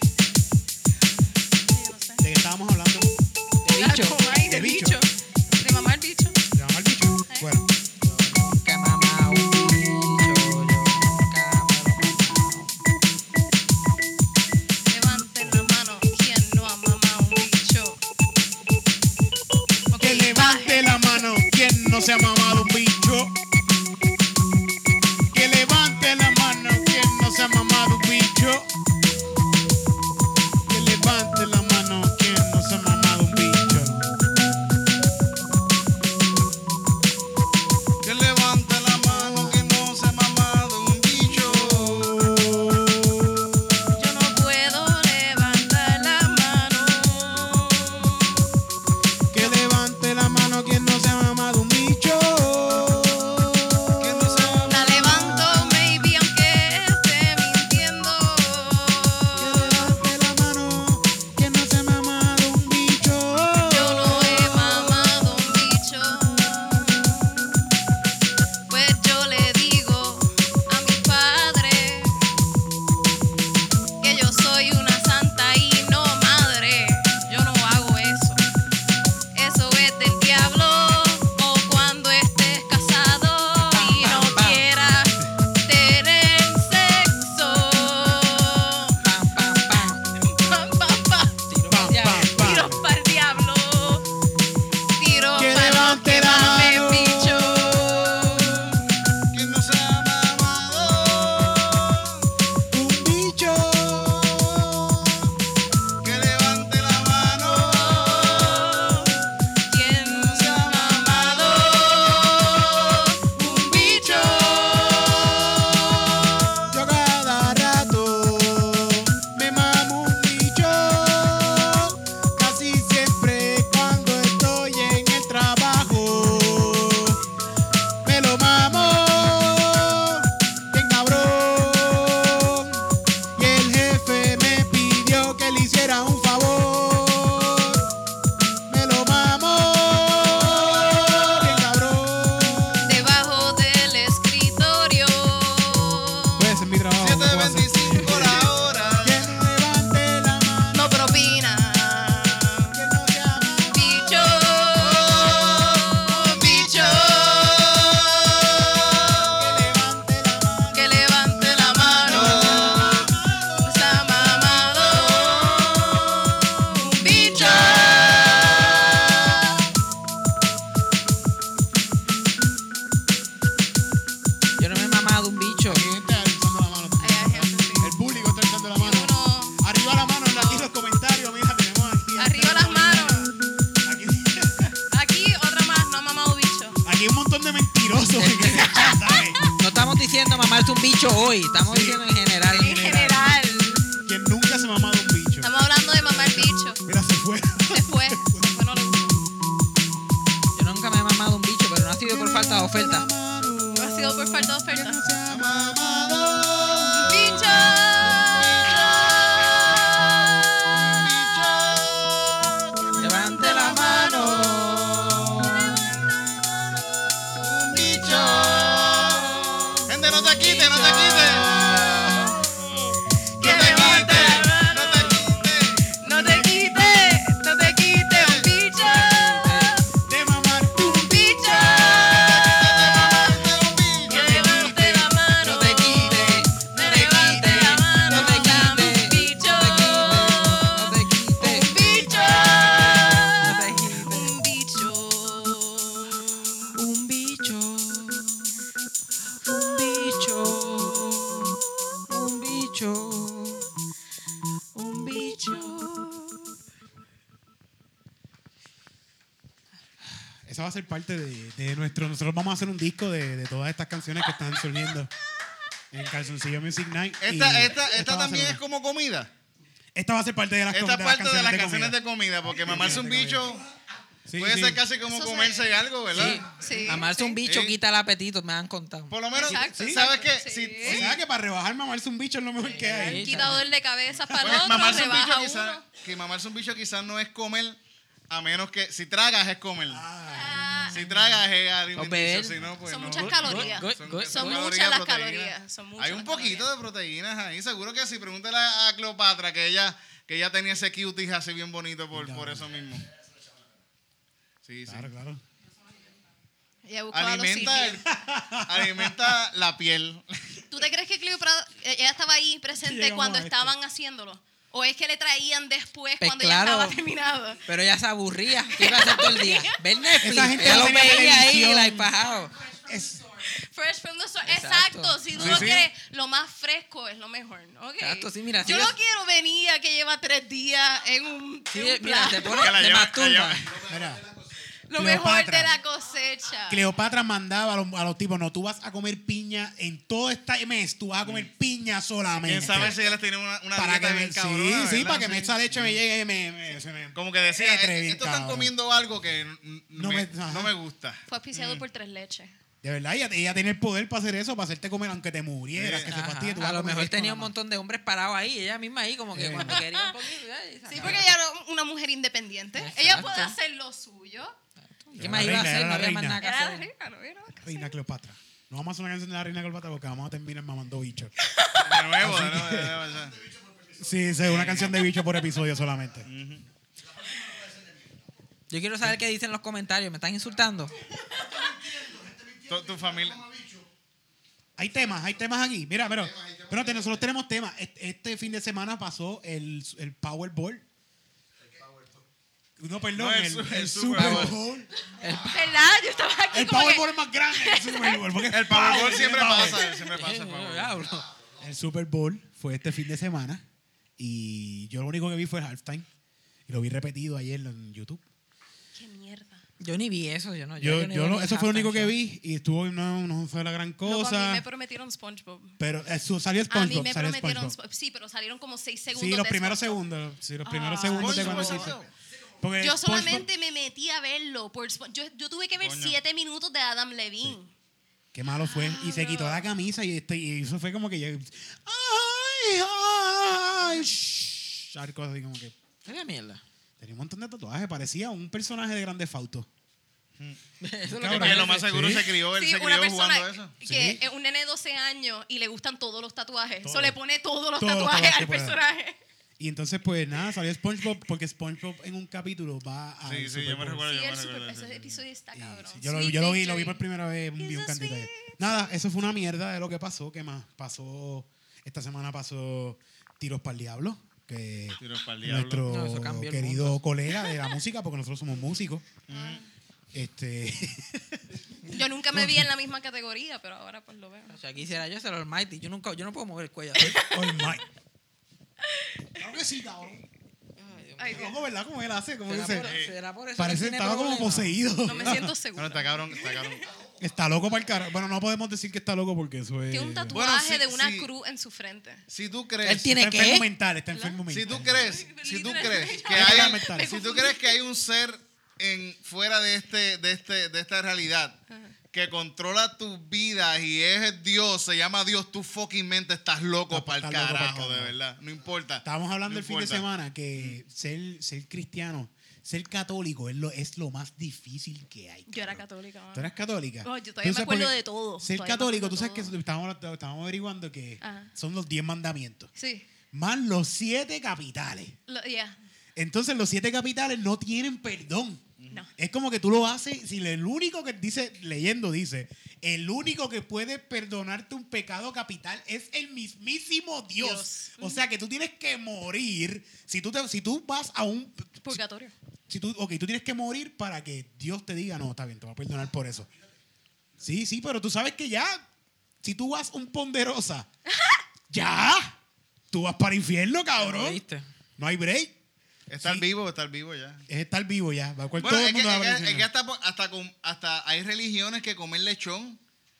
Speaker 3: Yo no sé.
Speaker 1: ¿De qué estábamos hablando?
Speaker 4: De bicho.
Speaker 3: Ay, de
Speaker 1: De bicho.
Speaker 3: bicho. De mamar bicho.
Speaker 1: ¿De mamar bicho? Bueno,
Speaker 4: Nunca he mamado un bicho. Yo nunca me lo he mamado.
Speaker 3: Levanten la mano. ¿Quién no ha mamado un bicho? Ok,
Speaker 1: que levante la mano quien no se ha mamado un bicho. Que levante la mano quien no se ha mamado un bicho. Que levante la mano quien no se ha mamado un bicho.
Speaker 2: Que levante la mano que no se ha mamado un bicho.
Speaker 3: Yo no puedo levantar la mano.
Speaker 1: Que levante la mano quien no se ha mamado un bicho.
Speaker 4: bicho hoy. Estamos diciendo en general.
Speaker 3: En general.
Speaker 1: Quien nunca se ha mamado un bicho.
Speaker 3: Estamos hablando de mamar bicho.
Speaker 1: Mira, se fue.
Speaker 3: Se fue. Bueno,
Speaker 4: Yo nunca me he mamado un bicho, pero no ha sido por falta de oferta.
Speaker 3: no ha sido por falta de oferta.
Speaker 1: Mamado.
Speaker 3: ¡Bicho!
Speaker 4: Levante la mano.
Speaker 2: Un bicho. Gente, no te quites, no te quites.
Speaker 3: ¡Que levante la mano!
Speaker 2: No te quites.
Speaker 3: No te quites, no te quites, un bicho.
Speaker 1: De mamar.
Speaker 3: Un bicho. Que levante la mano.
Speaker 4: No te quites.
Speaker 3: Que levante la mano.
Speaker 4: No te
Speaker 3: Dame
Speaker 4: quites.
Speaker 3: un bicho.
Speaker 4: No te quites.
Speaker 3: Un bicho.
Speaker 4: No te quites.
Speaker 3: Un bicho.
Speaker 4: Un bicho. Un bicho. Un bicho. Un bicho.
Speaker 1: Esa va a ser parte de nuestro. Nosotros vamos a hacer un disco de todas estas canciones que están surgiendo en Calzoncillo Music Night. y
Speaker 2: Esta
Speaker 1: va a
Speaker 2: también
Speaker 1: ser
Speaker 2: es como comida.
Speaker 1: Esta va a ser parte de las
Speaker 2: Esta
Speaker 1: de
Speaker 2: parte de las
Speaker 1: comida.
Speaker 2: canciones de comida, porque mamarse un bicho
Speaker 1: Sí,
Speaker 2: puede
Speaker 1: sí.
Speaker 2: ser casi como
Speaker 3: Eso
Speaker 2: comerse algo, ¿verdad?
Speaker 3: Sí.
Speaker 4: Amarse un bicho
Speaker 2: Sí.
Speaker 4: quita el apetito, me han contado.
Speaker 2: Por lo menos,
Speaker 3: Exacto.
Speaker 2: ¿sabes qué?
Speaker 3: Sí.
Speaker 1: O sea que para rebajar mamarse un bicho es lo mejor que hay.
Speaker 3: Quita dolor de cabeza para el
Speaker 2: Pues,
Speaker 3: otro,
Speaker 2: mamarse un
Speaker 3: rebaja
Speaker 2: bicho quizás,
Speaker 3: uno.
Speaker 2: que mamarse un bicho quizás no es comer, a menos que si tragas es comer.
Speaker 3: Ah,
Speaker 2: Si tragas es
Speaker 4: O
Speaker 2: alimenticio,
Speaker 4: beber.
Speaker 2: si no, pues
Speaker 3: son
Speaker 2: no.
Speaker 3: muchas calorías.
Speaker 4: Good.
Speaker 3: Son
Speaker 2: calorías,
Speaker 3: muchas las
Speaker 2: proteínas.
Speaker 3: calorías. Son muchas
Speaker 2: Hay un
Speaker 3: las
Speaker 2: poquito
Speaker 3: calorías.
Speaker 2: de proteínas ahí. Seguro que sí. Pregúntale a Cleopatra que ella tenía ese cuties así bien bonito por eso mismo. Sí, sí.
Speaker 1: Claro, claro.
Speaker 3: Ella buscaba los
Speaker 2: Alimenta,
Speaker 3: sitios.
Speaker 2: alimenta la piel.
Speaker 3: ¿Tú te crees que Cleopatra, ella estaba ahí presente
Speaker 1: Llegamos
Speaker 3: cuando
Speaker 1: a esto.
Speaker 3: estaban haciéndolo? ¿O es que le traían después
Speaker 4: Pues
Speaker 3: cuando
Speaker 4: claro.
Speaker 3: ya estaba terminado?
Speaker 4: Pero ella se aburría. ¿Qué iba a hacer todo el día? Ver Netflix.
Speaker 1: Esa gente
Speaker 4: Ella
Speaker 1: no
Speaker 4: lo
Speaker 1: tenía
Speaker 4: veía ahí,
Speaker 1: televisión.
Speaker 4: like pajado.
Speaker 1: Es,
Speaker 3: Fresh from the source.
Speaker 4: Exacto.
Speaker 3: Exacto. Si tú
Speaker 2: Sí,
Speaker 3: lo
Speaker 2: sí.
Speaker 3: quieres, lo más fresco es lo mejor. ¿Ok?
Speaker 4: Exacto, sí, mira,
Speaker 3: Yo
Speaker 4: si
Speaker 3: no
Speaker 4: ves-
Speaker 3: quiero venir a que lleva 3 días en un,
Speaker 4: Sí,
Speaker 3: en un
Speaker 4: mira, se
Speaker 3: plato.
Speaker 4: pone,
Speaker 2: Que la
Speaker 4: se
Speaker 2: lleva-
Speaker 4: masturba.
Speaker 2: la lleva-
Speaker 1: mira,
Speaker 3: Lo mejor
Speaker 1: Cleopatra.
Speaker 3: de la cosecha.
Speaker 1: Cleopatra mandaba a los tipos, no, tú vas a comer piña en todo este mes, tú vas a comer piña solamente.
Speaker 2: ¿Quién sabe si ellas tienen una
Speaker 1: para
Speaker 2: dieta
Speaker 1: que
Speaker 2: bien
Speaker 1: me,
Speaker 2: cabrona,
Speaker 1: sí,
Speaker 2: ¿verdad?
Speaker 1: para que
Speaker 2: Sí.
Speaker 1: esa leche me llegue y se me
Speaker 2: Como que decía,
Speaker 1: entre bien
Speaker 2: estos están
Speaker 1: cabrón.
Speaker 2: comiendo algo que
Speaker 1: No
Speaker 2: me,
Speaker 1: me- ajá.
Speaker 2: no me gusta.
Speaker 3: Fue auspiciado por 3 leches.
Speaker 1: De verdad, ella tiene el poder para hacer eso, para hacerte comer aunque te murieras, que se
Speaker 4: Ajá,
Speaker 1: fastidie. tú vas
Speaker 4: a lo
Speaker 1: comer
Speaker 4: mejor
Speaker 1: esto
Speaker 4: tenía
Speaker 1: nada
Speaker 4: un
Speaker 1: más.
Speaker 4: montón de hombres parados ahí, ella misma ahí como que cuando quería un poquito. ya, y
Speaker 3: Sí,
Speaker 4: sacaba.
Speaker 3: porque ella era una mujer independiente.
Speaker 4: Exacto.
Speaker 3: Ella puede hacer lo suyo.
Speaker 4: ¿Qué más iba a hacer?
Speaker 1: Era
Speaker 4: No
Speaker 1: la
Speaker 4: había más
Speaker 1: reina.
Speaker 4: nada que
Speaker 3: Era la
Speaker 4: hacer.
Speaker 3: reina, no había nada que hacer.
Speaker 1: Reina Cleopatra. No vamos a hacer una canción de la Reina Cleopatra porque vamos a terminar mamando bichos.
Speaker 2: De nuevo, de nuevo, de nuevo, ya.
Speaker 1: Sí, sí, una canción de bicho por episodio solamente.
Speaker 4: Yo quiero saber qué dicen los comentarios. ¿Me están insultando?
Speaker 2: Tu familia.
Speaker 1: Hay temas aquí. Mira, pero nosotros tenemos temas. Este fin de semana pasó el Powerball. No, perdón,
Speaker 2: No, el
Speaker 1: el
Speaker 2: Super
Speaker 1: Super
Speaker 2: Bowl.
Speaker 1: Bowl.
Speaker 3: ¿Verdad? Yo estaba aquí
Speaker 1: El
Speaker 3: como que...
Speaker 1: Powerball es más grande que el Super Bowl. porque es
Speaker 2: El Powerball
Speaker 1: Power,
Speaker 2: siempre
Speaker 1: tiene power.
Speaker 2: pasa, siempre pasa. el Powerball.
Speaker 4: Diablo.
Speaker 1: El Super Bowl fue este fin de semana y yo lo único que vi fue el halftime. Y lo vi repetido ayer en YouTube.
Speaker 3: ¡Qué mierda!
Speaker 4: Yo ni vi eso. Yo no
Speaker 1: Eso fue lo único que vi y estuvo, no fue la gran
Speaker 3: Loco, a mí
Speaker 1: cosa.
Speaker 3: me prometieron SpongeBob.
Speaker 1: Pero eso salió
Speaker 3: A mí
Speaker 1: SpongeBob.
Speaker 3: me
Speaker 1: Salió
Speaker 3: prometieron...
Speaker 1: SpongeBob.
Speaker 3: Sí, pero salieron como 6 segundos
Speaker 1: Sí, los
Speaker 3: de
Speaker 1: primeros
Speaker 3: SpongeBob.
Speaker 1: segundos. Sí, los primeros segundos de
Speaker 2: SpongeBob
Speaker 1: cuando se
Speaker 2: salió.
Speaker 1: hizo. Porque
Speaker 3: Yo
Speaker 1: SpongeBob-
Speaker 3: solamente me metí a verlo. Yo tuve que ver
Speaker 2: Coño.
Speaker 3: 7 minutos de Adam Levine.
Speaker 1: Qué malo fue. Y se quitó la camisa y eso fue como que yo. ¡Ay! Shh, cosas así como que.
Speaker 4: ¿Qué mierda?
Speaker 1: Tenía un montón de tatuajes. Parecía un personaje de Grand Theft Auto.
Speaker 4: Eso es lo
Speaker 1: Cabrón.
Speaker 4: que
Speaker 2: Que lo más seguro
Speaker 1: Sí.
Speaker 2: se crió, él
Speaker 3: Sí,
Speaker 2: se
Speaker 3: una
Speaker 2: crió jugando
Speaker 3: persona
Speaker 2: eso.
Speaker 3: que
Speaker 1: Sí.
Speaker 3: es un nene de 12 años y le gustan todos los tatuajes.
Speaker 1: Todo.
Speaker 3: Eso le pone todos los
Speaker 1: Todos los
Speaker 3: tatuajes
Speaker 1: tatuajes
Speaker 3: al
Speaker 1: que pueda.
Speaker 3: personaje.
Speaker 1: Y entonces, pues nada, salió SpongeBob porque SpongeBob en un capítulo va a.
Speaker 2: Sí, sí, yo me recuerdo.
Speaker 3: Sí,
Speaker 2: yo me
Speaker 3: el
Speaker 2: recuerdo, sí,
Speaker 3: ese
Speaker 2: sí.
Speaker 3: episodio está
Speaker 1: Y
Speaker 3: cabrón.
Speaker 1: sí, yo
Speaker 3: Sweet
Speaker 1: lo vi
Speaker 3: Victory.
Speaker 1: por primera vez, vi
Speaker 3: It's
Speaker 1: un
Speaker 3: a
Speaker 1: cantito ayer.
Speaker 3: sweet-
Speaker 1: Nada, eso fue una mierda de lo que pasó. ¿Qué más? Pasó, esta semana pasó Tiros para el Diablo, que
Speaker 2: Tiros pa'l diablo.
Speaker 1: nuestro
Speaker 4: No, eso cambió el
Speaker 1: querido
Speaker 4: mundo.
Speaker 1: colega de la música, porque nosotros somos músicos.
Speaker 3: Yo nunca me vi en la misma categoría, pero ahora pues lo veo.
Speaker 4: O sea, quisiera yo ser Almighty. Yo no puedo mover el cuello así.
Speaker 1: Oh my. Claro que sí, cabrón.
Speaker 3: Ay, Dios.
Speaker 1: ¿Cómo, verdad? ¿Cómo él hace? ¿Cómo
Speaker 4: ¿Será
Speaker 1: dice?
Speaker 4: por eso?
Speaker 1: Parece que
Speaker 4: tiene
Speaker 1: estaba como
Speaker 4: problema?
Speaker 1: poseído.
Speaker 3: No me siento
Speaker 2: No,
Speaker 3: segura.
Speaker 2: está cabrón, está cabrón.
Speaker 1: Está loco para el carajo. Bueno, no podemos decir que está loco porque eso es...
Speaker 3: Tiene un tatuaje
Speaker 2: sí,
Speaker 3: de una
Speaker 2: sí.
Speaker 3: cruz en su frente.
Speaker 2: Si tú crees...
Speaker 4: Él tiene
Speaker 1: Está enfermo
Speaker 4: ¿qué?
Speaker 1: mental, está enfermo mental.
Speaker 2: Si tú crees que
Speaker 1: Hay que
Speaker 2: hay,
Speaker 1: mental.
Speaker 2: si tú crees que hay un ser fuera de esta realidad que controla tu vida y es Dios, se llama Dios, tu fucking mente estás loco para el
Speaker 1: Estás loco pa'l
Speaker 2: carajo, de
Speaker 1: carajo.
Speaker 2: verdad. No importa.
Speaker 1: Estábamos hablando
Speaker 2: No
Speaker 1: el fin de
Speaker 2: importa.
Speaker 1: semana que ser cristiano, ser católico es lo más difícil que hay.
Speaker 3: Yo era
Speaker 1: cabrón.
Speaker 3: católica, mano.
Speaker 1: ¿Tú eres católica?
Speaker 3: Oh, yo todavía me acuerdo
Speaker 1: porque
Speaker 3: de todo.
Speaker 1: Ser
Speaker 3: Todavía me
Speaker 1: católico,
Speaker 3: acuerdo
Speaker 1: tú sabes
Speaker 3: de
Speaker 1: que estábamos averiguando que
Speaker 3: Ajá.
Speaker 1: son los 10 mandamientos.
Speaker 3: Sí.
Speaker 1: Más los 7 capitales.
Speaker 3: Yeah.
Speaker 1: Entonces los 7 capitales no tienen perdón.
Speaker 3: No.
Speaker 1: Es como que tú lo haces, si el único que dice, el único que puede perdonarte un pecado capital es el mismísimo Dios.
Speaker 3: Dios.
Speaker 1: O sea que tú tienes que morir. Si tú vas a un...
Speaker 3: Purgatorio.
Speaker 1: tú tienes que morir para que Dios te diga, no, está bien, te va a perdonar por eso. Sí, pero tú sabes que ya, si tú vas un ponderosa, ya, tú vas para el infierno, cabrón.
Speaker 4: ¿Viste?
Speaker 1: No hay break.
Speaker 2: Estar
Speaker 1: Sí.
Speaker 2: vivo ya.
Speaker 1: Es estar vivo ya.
Speaker 2: Bueno,
Speaker 1: Todo el
Speaker 2: es
Speaker 1: mundo va para el
Speaker 2: que
Speaker 1: infierno.
Speaker 2: hasta hay religiones que comen lechón.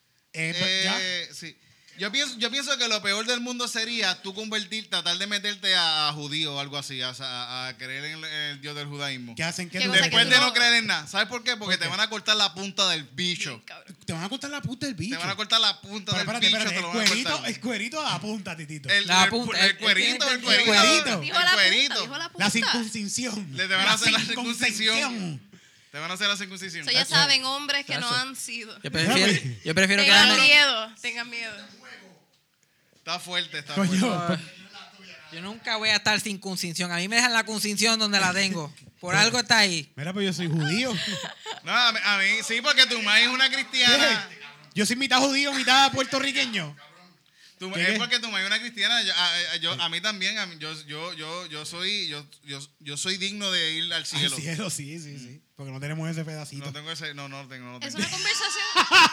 Speaker 1: Ya.
Speaker 2: Sí. Yo pienso que lo peor del mundo sería tú tratar de meterte a judío o algo así, a creer en el Dios del judaísmo.
Speaker 1: ¿Qué hacen? ¿Qué
Speaker 3: ¿Qué
Speaker 1: tú-
Speaker 3: cosa
Speaker 2: Después
Speaker 3: que
Speaker 2: de
Speaker 3: tú
Speaker 2: no
Speaker 3: no-
Speaker 2: creer en nada. ¿Sabes por qué? Porque
Speaker 1: ¿Por qué?
Speaker 2: te van a cortar la punta del bicho.
Speaker 3: Bien, cabrón.
Speaker 1: Te van a cortar la punta del bicho.
Speaker 2: Te van a cortar la punta
Speaker 1: Pero
Speaker 2: del
Speaker 1: espérate,
Speaker 2: bicho.
Speaker 1: espérate.
Speaker 2: Te lo van a cortar.
Speaker 1: El cuerito a la punta, titito.
Speaker 4: La punta,
Speaker 2: el cuerito, el
Speaker 4: el
Speaker 2: cuerito.
Speaker 1: cuerito.
Speaker 3: Dijo la
Speaker 2: cuerito.
Speaker 3: punta, dijo la punta.
Speaker 1: La circuncisión.
Speaker 2: Le te van a hacer la circuncisión. Te van a hacer la circuncisión.
Speaker 3: So, ya saben, hombres que no
Speaker 4: Chacho.
Speaker 3: han sido.
Speaker 4: Yo prefiero
Speaker 3: Tengan
Speaker 4: quedarme.
Speaker 3: miedo, tengan miedo.
Speaker 2: Está fuerte, está
Speaker 1: Coño,
Speaker 2: fuerte.
Speaker 4: Yo nunca voy a estar sin circuncisión. A mí me dejan la circuncisión donde la tengo. Por algo está ahí.
Speaker 1: mira, pues yo soy judío.
Speaker 2: No, a mí sí, porque tu madre es una cristiana.
Speaker 1: Yo soy mitad judío, mitad puertorriqueño.
Speaker 2: Es porque tu madre es una cristiana. A mí también. Yo soy digno de ir al
Speaker 1: Al
Speaker 2: cielo.
Speaker 1: cielo, sí. Porque no tenemos ese pedacito.
Speaker 2: No tengo ese. No lo tengo.
Speaker 3: Es una conversación.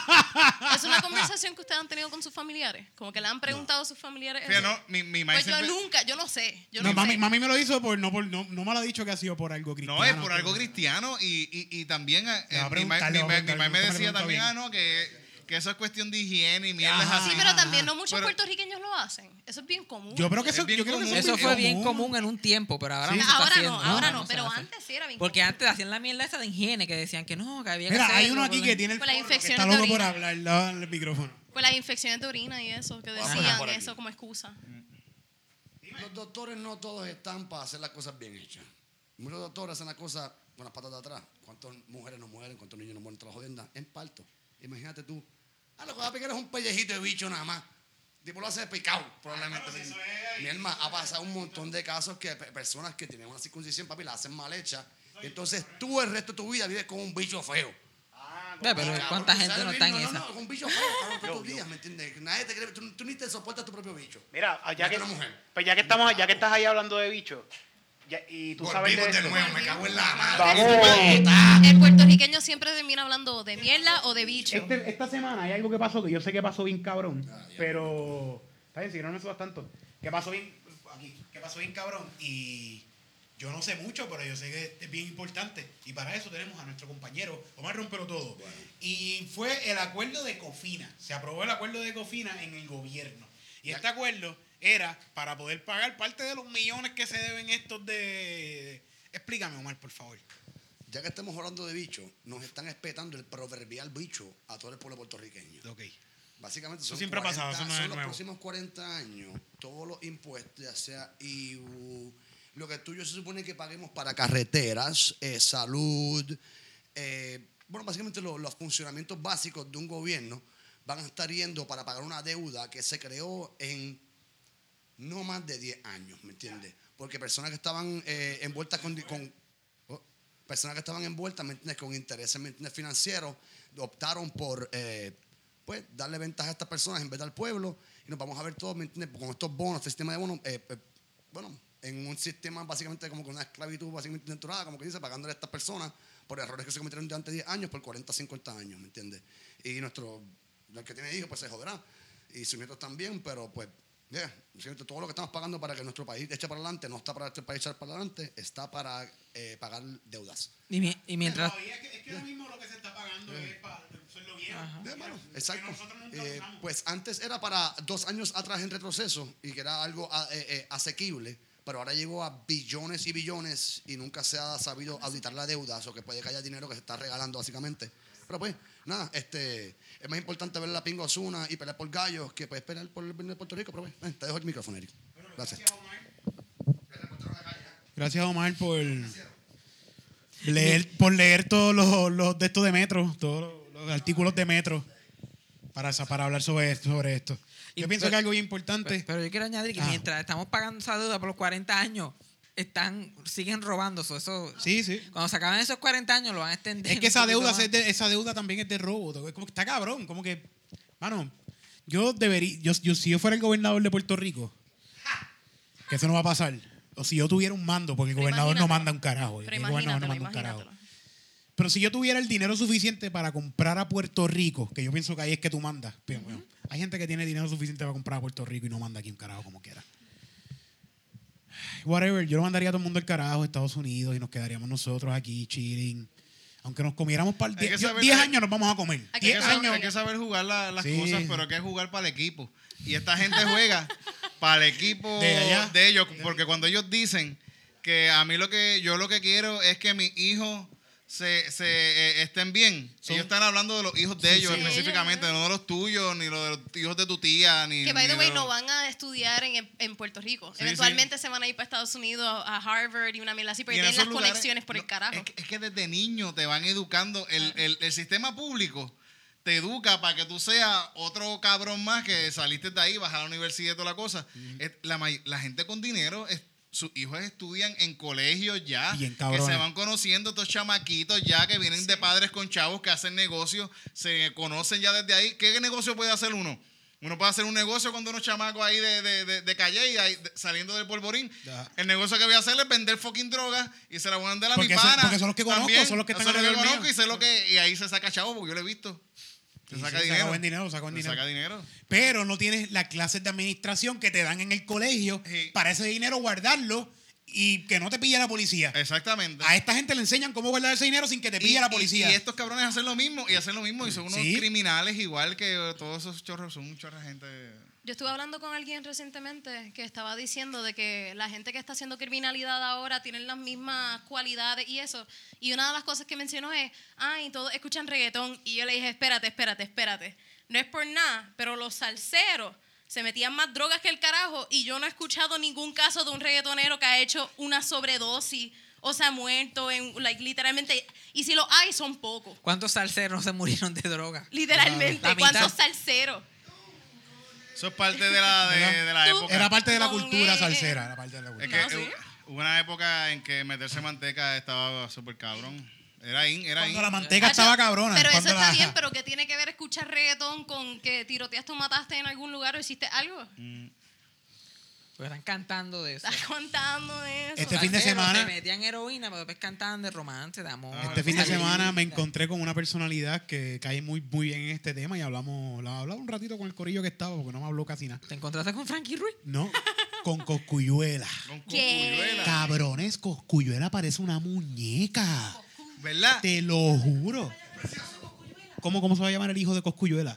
Speaker 3: Es una conversación que ustedes han tenido con sus familiares. Como que le han preguntado a sus familiares.
Speaker 2: Fíjate,
Speaker 3: eso.
Speaker 2: no, mi madre
Speaker 3: Pues yo
Speaker 2: siempre.
Speaker 3: nunca, yo no sé. Yo
Speaker 1: No,
Speaker 3: no, sé.
Speaker 1: mami me lo hizo no me lo ha dicho que ha sido por algo cristiano.
Speaker 2: No, es por algo cristiano y también
Speaker 1: Le va a
Speaker 2: mi
Speaker 1: preguntar,
Speaker 2: madre
Speaker 1: le va a preguntar,
Speaker 2: me
Speaker 1: le
Speaker 2: decía
Speaker 1: pregunta
Speaker 2: también,
Speaker 1: bien.
Speaker 2: no, que eso es cuestión de higiene y mierda
Speaker 1: Ajá.
Speaker 2: así.
Speaker 3: Sí, pero también no muchos
Speaker 2: Pero-
Speaker 3: puertoriqueños lo hacen. Eso es bien común.
Speaker 1: Yo creo que
Speaker 2: Es
Speaker 1: eso,
Speaker 2: bien
Speaker 1: yo creo que
Speaker 2: común.
Speaker 4: Eso fue bien común en un tiempo, pero ahora
Speaker 1: Sí.
Speaker 4: no se está
Speaker 3: Ahora
Speaker 4: haciendo.
Speaker 3: no, ahora no,
Speaker 4: se
Speaker 3: pero
Speaker 4: hace.
Speaker 3: antes sí era bien
Speaker 4: Porque
Speaker 3: común.
Speaker 4: antes hacían la mierda esa de higiene que decían que no, que había que
Speaker 1: Mira, hay
Speaker 4: hacerlo,
Speaker 1: uno aquí
Speaker 4: porque-
Speaker 1: que tiene el
Speaker 3: Por las
Speaker 1: forro, que
Speaker 3: infecciones
Speaker 1: está
Speaker 3: de
Speaker 1: loco por
Speaker 3: orina.
Speaker 1: hablar dale el micrófono.
Speaker 3: Pues las infecciones de orina y eso, que
Speaker 5: Vamos
Speaker 3: decían
Speaker 5: por aquí.
Speaker 3: eso como excusa.
Speaker 5: Los doctores no todos están para hacer las cosas bien hechas. Muchos doctores hacen las cosas con las patas de atrás. ¿Cuántas mujeres no mueren? ¿Cuántos niños no mueren tras la jodienda? En parto. Imagínate tú. Lo que va a picar es un pellejito de bicho nada más. Tipo lo hace picado, probablemente. Mi hermana, ha pasado un montón de casos que personas que tienen una circuncisión, papi, la hacen mal hecha. Entonces tú el resto de tu vida vives con un bicho feo.
Speaker 4: Ve, pero
Speaker 5: Cabrón,
Speaker 4: ¿cuánta
Speaker 5: tú
Speaker 4: gente
Speaker 5: sabes
Speaker 4: no está en
Speaker 5: vivir,
Speaker 4: esa?
Speaker 5: No, con un bicho feo, cabrón, todos los días, ¿me entiendes? Nadie te cree, tú ni te soportas tu propio bicho.
Speaker 6: Mira, ya que,
Speaker 5: Una mujer.
Speaker 6: pues ya que estás ahí hablando de bichos, y tú sabes de
Speaker 5: Volvimos de
Speaker 6: esto.
Speaker 5: nuevo, me cago en la madre.
Speaker 6: Vamos.
Speaker 3: El puertorriqueño siempre termina hablando de mierda o de bicho.
Speaker 1: Esta semana hay algo que pasó que yo sé que pasó bien cabrón, pero está bien, si no me subas tanto. Que pasó bien cabrón y yo no sé mucho, pero yo sé que es bien importante y para eso tenemos a nuestro compañero Omar Rompero Todo. Y fue el acuerdo de Cofina. Se aprobó el acuerdo de Cofina en el gobierno. Y este acuerdo era para poder pagar parte de los millones que se deben estos de... Explícame, Omar, por favor.
Speaker 5: Ya que estamos hablando de bicho, nos están espetando el proverbial bicho a todo el pueblo puertorriqueño.
Speaker 1: Ok.
Speaker 5: Básicamente
Speaker 1: Eso
Speaker 5: son,
Speaker 1: siempre ha pasado, eso no es
Speaker 5: son los
Speaker 1: nuevo.
Speaker 5: próximos 40 años, todos los impuestos, ya sea IVU, lo que tú y yo se supone que paguemos para carreteras, salud, bueno, básicamente los funcionamientos básicos de un gobierno van a estar yendo para pagar una deuda que se creó en no más de 10 años, ¿me entiendes? Porque personas que estaban envueltas personas que estaban envueltas, ¿me entiendes?, con intereses, ¿me entiendes?, financieros, optaron por pues darle ventaja a estas personas en vez del pueblo y nos vamos a ver todos, ¿me entiendes?, con estos bonos, este sistema de bonos, bueno, en un sistema básicamente como con una esclavitud básicamente naturada, como que dice, pagándole a estas personas por errores que se cometieron durante 10 años, por 40, 50 años, ¿me entiendes? Y el que tiene hijos, pues se joderá. Y sus nietos también, pero pues, todo lo que estamos pagando para que nuestro país eche para adelante, no está para este país echar para adelante, está para pagar deudas.
Speaker 4: Y mientras...
Speaker 1: Es que ahora mismo lo que se está pagando es para el sueldo viejo.
Speaker 5: Mano, exacto. Pues antes era para 2 años atrás en retroceso y que era algo asequible, pero ahora llegó a billones y billones y nunca se ha sabido auditar la deuda, o que puede que haya dinero que se está regalando básicamente. Pero pues, nada, es más importante ver la Pingo Ozuna y pelear por gallos que pues esperar por el de Puerto Rico, pero pues, te dejo el micrófono, Eric. Gracias.
Speaker 1: Gracias, Omar, por leer todos los de estos de Metro, todos los artículos de Metro para hablar sobre esto. Yo pienso que algo bien importante.
Speaker 4: Pero yo quiero añadir que mientras estamos pagando esa deuda por los 40 años, siguen robando. Eso,
Speaker 1: Sí.
Speaker 4: Cuando se acaben esos 40 años, lo van a extender.
Speaker 1: Es que esa deuda también es de robo. Es como que está cabrón. Como que, mano, si yo fuera el gobernador de Puerto Rico, que eso no va a pasar. O si yo tuviera un mando, porque el gobernador no manda un carajo.
Speaker 3: Pero
Speaker 1: El gobernador no manda un carajo.
Speaker 3: imagínatelo.
Speaker 1: Pero si yo tuviera el dinero suficiente para comprar a Puerto Rico, que yo pienso que ahí es que tú mandas. Pero, bueno, hay gente que tiene dinero suficiente para comprar a Puerto Rico y no manda aquí un carajo como quiera. Whatever, yo lo mandaría a todo el mundo al carajo a Estados Unidos y nos quedaríamos nosotros aquí chilling. Aunque nos comiéramos para 10 años nos vamos a comer.
Speaker 3: Hay
Speaker 1: 10 años.
Speaker 2: Hay que saber jugar las
Speaker 1: Sí.
Speaker 2: cosas, pero hay que jugar para el equipo. Y esta gente juega para el equipo
Speaker 1: De allá.
Speaker 2: de ellos, porque cuando ellos dicen que a mí lo que quiero es que mis hijos estén bien. Ellos están hablando de los hijos de ellos específicamente, no de los tuyos, ni los de los hijos de tu tía, ni
Speaker 3: Que, by the
Speaker 2: ni
Speaker 3: way,
Speaker 2: de
Speaker 3: no
Speaker 2: los-
Speaker 3: van a estudiar en Puerto Rico.
Speaker 2: Sí,
Speaker 3: Eventualmente se van a ir para Estados Unidos, a Harvard y una mierda así, porque
Speaker 2: Y en
Speaker 3: tienen las
Speaker 2: esos lugares,
Speaker 3: conexiones por el carajo.
Speaker 2: Es que desde niño te van educando. El sistema público te educa para que tú seas otro cabrón más que saliste de ahí, vas a la universidad y toda la cosa. La gente con dinero, sus hijos estudian en colegios ya,
Speaker 1: Bien
Speaker 2: que
Speaker 1: cabrones.
Speaker 2: se van conociendo estos chamaquitos ya que vienen de padres con chavos que hacen negocios, se conocen ya desde ahí. ¿Qué negocio puede hacer uno? Uno puede hacer un negocio cuando unos chamacos ahí de calle y ahí, saliendo del polvorín.
Speaker 1: Ya.
Speaker 2: El negocio que voy a hacer es vender fucking drogas y se la voy a vender a mi
Speaker 1: Porque
Speaker 2: pana.
Speaker 1: porque son los que conozco,
Speaker 2: también.
Speaker 1: son los que están
Speaker 2: Eso es lo
Speaker 1: alrededor
Speaker 2: conozco
Speaker 1: mío.
Speaker 2: y sé y ahí se saca chavo porque yo lo he visto. Se saca
Speaker 1: Sí,
Speaker 2: dinero.
Speaker 1: saca buen dinero, saca buen
Speaker 2: Se
Speaker 1: dinero.
Speaker 2: saca dinero.
Speaker 1: Pero no tienes las clases de administración que te dan en el colegio
Speaker 2: Sí.
Speaker 1: para ese dinero guardarlo y que no te pille la policía.
Speaker 2: Exactamente.
Speaker 1: A esta gente le enseñan cómo guardar ese dinero sin que te pille la policía.
Speaker 2: Y estos cabrones hacen lo mismo y son unos
Speaker 1: Sí.
Speaker 2: criminales igual que todos esos chorros, son un chorro de gente.
Speaker 3: Yo estuve hablando con alguien recientemente que estaba diciendo de que la gente que está haciendo criminalidad ahora tienen las mismas cualidades y eso. Y una de las cosas que mencionó es, y todos escuchan reggaetón. Y yo le dije, espérate. No es por nada, pero los salseros se metían más drogas que el carajo y yo no he escuchado ningún caso de un reggaetonero que ha hecho una sobredosis o se ha muerto, literalmente. Y si lo hay, son pocos.
Speaker 4: ¿Cuántos salseros se murieron de droga?
Speaker 3: Literalmente.
Speaker 4: La mitad.
Speaker 3: ¿Cuántos salseros?
Speaker 2: Eso es parte de la
Speaker 3: Tú-
Speaker 2: época.
Speaker 1: Era parte de la
Speaker 3: Con
Speaker 1: cultura
Speaker 3: él,
Speaker 1: salsera. Era parte de la
Speaker 2: Es
Speaker 1: cultura.
Speaker 2: que
Speaker 3: No, sí.
Speaker 2: hubo una época en que meterse manteca estaba súper cabrón. Era in.
Speaker 1: Cuando la manteca estaba cabrona.
Speaker 3: Pero eso
Speaker 1: cuando
Speaker 3: está
Speaker 1: la-
Speaker 3: bien, pero ¿qué tiene que ver escuchar reggaetón con que tiroteaste o mataste en algún lugar o hiciste algo?
Speaker 4: Pues están cantando de eso.
Speaker 3: Estás contando de eso.
Speaker 1: Este fin de
Speaker 4: Salseros
Speaker 1: semana-
Speaker 4: se metían heroína, pero después cantaban de romance, de amor.
Speaker 1: Este fin de
Speaker 4: cosas
Speaker 1: semana me
Speaker 4: lindas.
Speaker 1: encontré con una personalidad que cae muy bien en este tema y hablamos un ratito con el corillo que estaba porque no me habló casi nada.
Speaker 4: ¿Te encontraste con Frankie Ruiz?
Speaker 1: No, con Coscuyuela.
Speaker 2: Con
Speaker 3: ¿Qué?
Speaker 2: Cosculluela.
Speaker 1: Cabrones, Coscuyuela parece una muñeca.
Speaker 2: ¿Verdad?
Speaker 1: Te lo juro. ¿Cómo se va a llamar el hijo de Coscuyuela?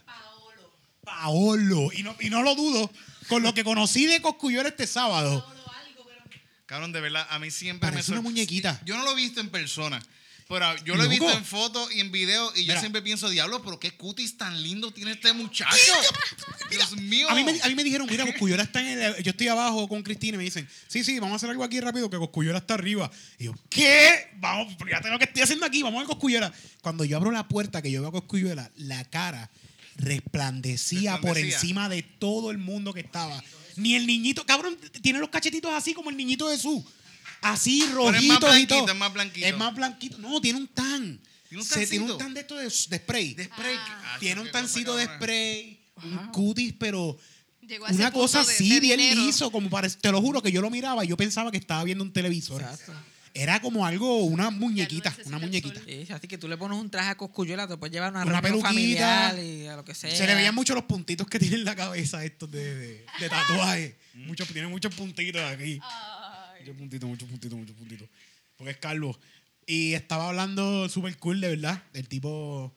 Speaker 1: Paolo. Y no lo dudo. Con lo que conocí de Coscuyuela este sábado.
Speaker 2: Cabrón, de verdad, a mí siempre
Speaker 1: Parece una muñequita.
Speaker 2: Yo no lo he visto en persona, pero yo lo he
Speaker 1: Loco.
Speaker 2: visto en fotos y en videos y yo
Speaker 1: Mira.
Speaker 2: siempre pienso, diablo, pero qué cutis tan lindo tiene este muchacho. Dios mío.
Speaker 1: A mí me dijeron, mira, Coscuyuela está en el... Yo estoy abajo con Cristina y me dicen, sí, vamos a hacer algo aquí rápido que Coscuyuela está arriba. Y yo, ¿qué? Vamos, fíjate lo que estoy haciendo aquí, vamos a ver Coscuyuela. Cuando yo abro la puerta que yo veo a Coscuyuela, la cara resplandecía por
Speaker 2: Resplandecía.
Speaker 1: encima de todo el mundo que estaba. Ni el niñito, cabrón, tiene los cachetitos así como el niñito de Jesús. Así,
Speaker 2: Pero es más
Speaker 1: rojitos y
Speaker 2: blanquito,
Speaker 1: todo.
Speaker 2: es más blanquito.
Speaker 1: Es más blanquito. No, tiene un tan.
Speaker 2: ¿Tiene un
Speaker 1: Tiene
Speaker 2: tancito?
Speaker 1: un tan de esto de spray.
Speaker 2: De spray.
Speaker 1: Tiene un
Speaker 2: qué cosa,
Speaker 1: tancito de
Speaker 2: cabrón.
Speaker 1: spray, un cutis, pero
Speaker 3: Llegó a ese
Speaker 1: una
Speaker 3: punto
Speaker 1: cosa
Speaker 3: de
Speaker 1: así, bien
Speaker 3: dinero.
Speaker 1: liso, como te lo juro que yo lo miraba y yo pensaba que estaba viendo un televisor.
Speaker 4: Exacto.
Speaker 1: Era como algo, una muñequita,
Speaker 3: necesita
Speaker 1: una
Speaker 3: el
Speaker 1: muñequita.
Speaker 3: sol.
Speaker 4: Sí, así que tú le pones un traje a Coscuyuela, te puedes llevar a una
Speaker 1: Una
Speaker 4: reunión
Speaker 1: peluquita.
Speaker 4: familiar y a lo que sea.
Speaker 1: Se le veían mucho los puntitos que tiene en la cabeza estos de tatuaje. Tiene muchos puntitos aquí. Muchos puntitos. Porque es calvo. Y estaba hablando súper cool, de verdad. El tipo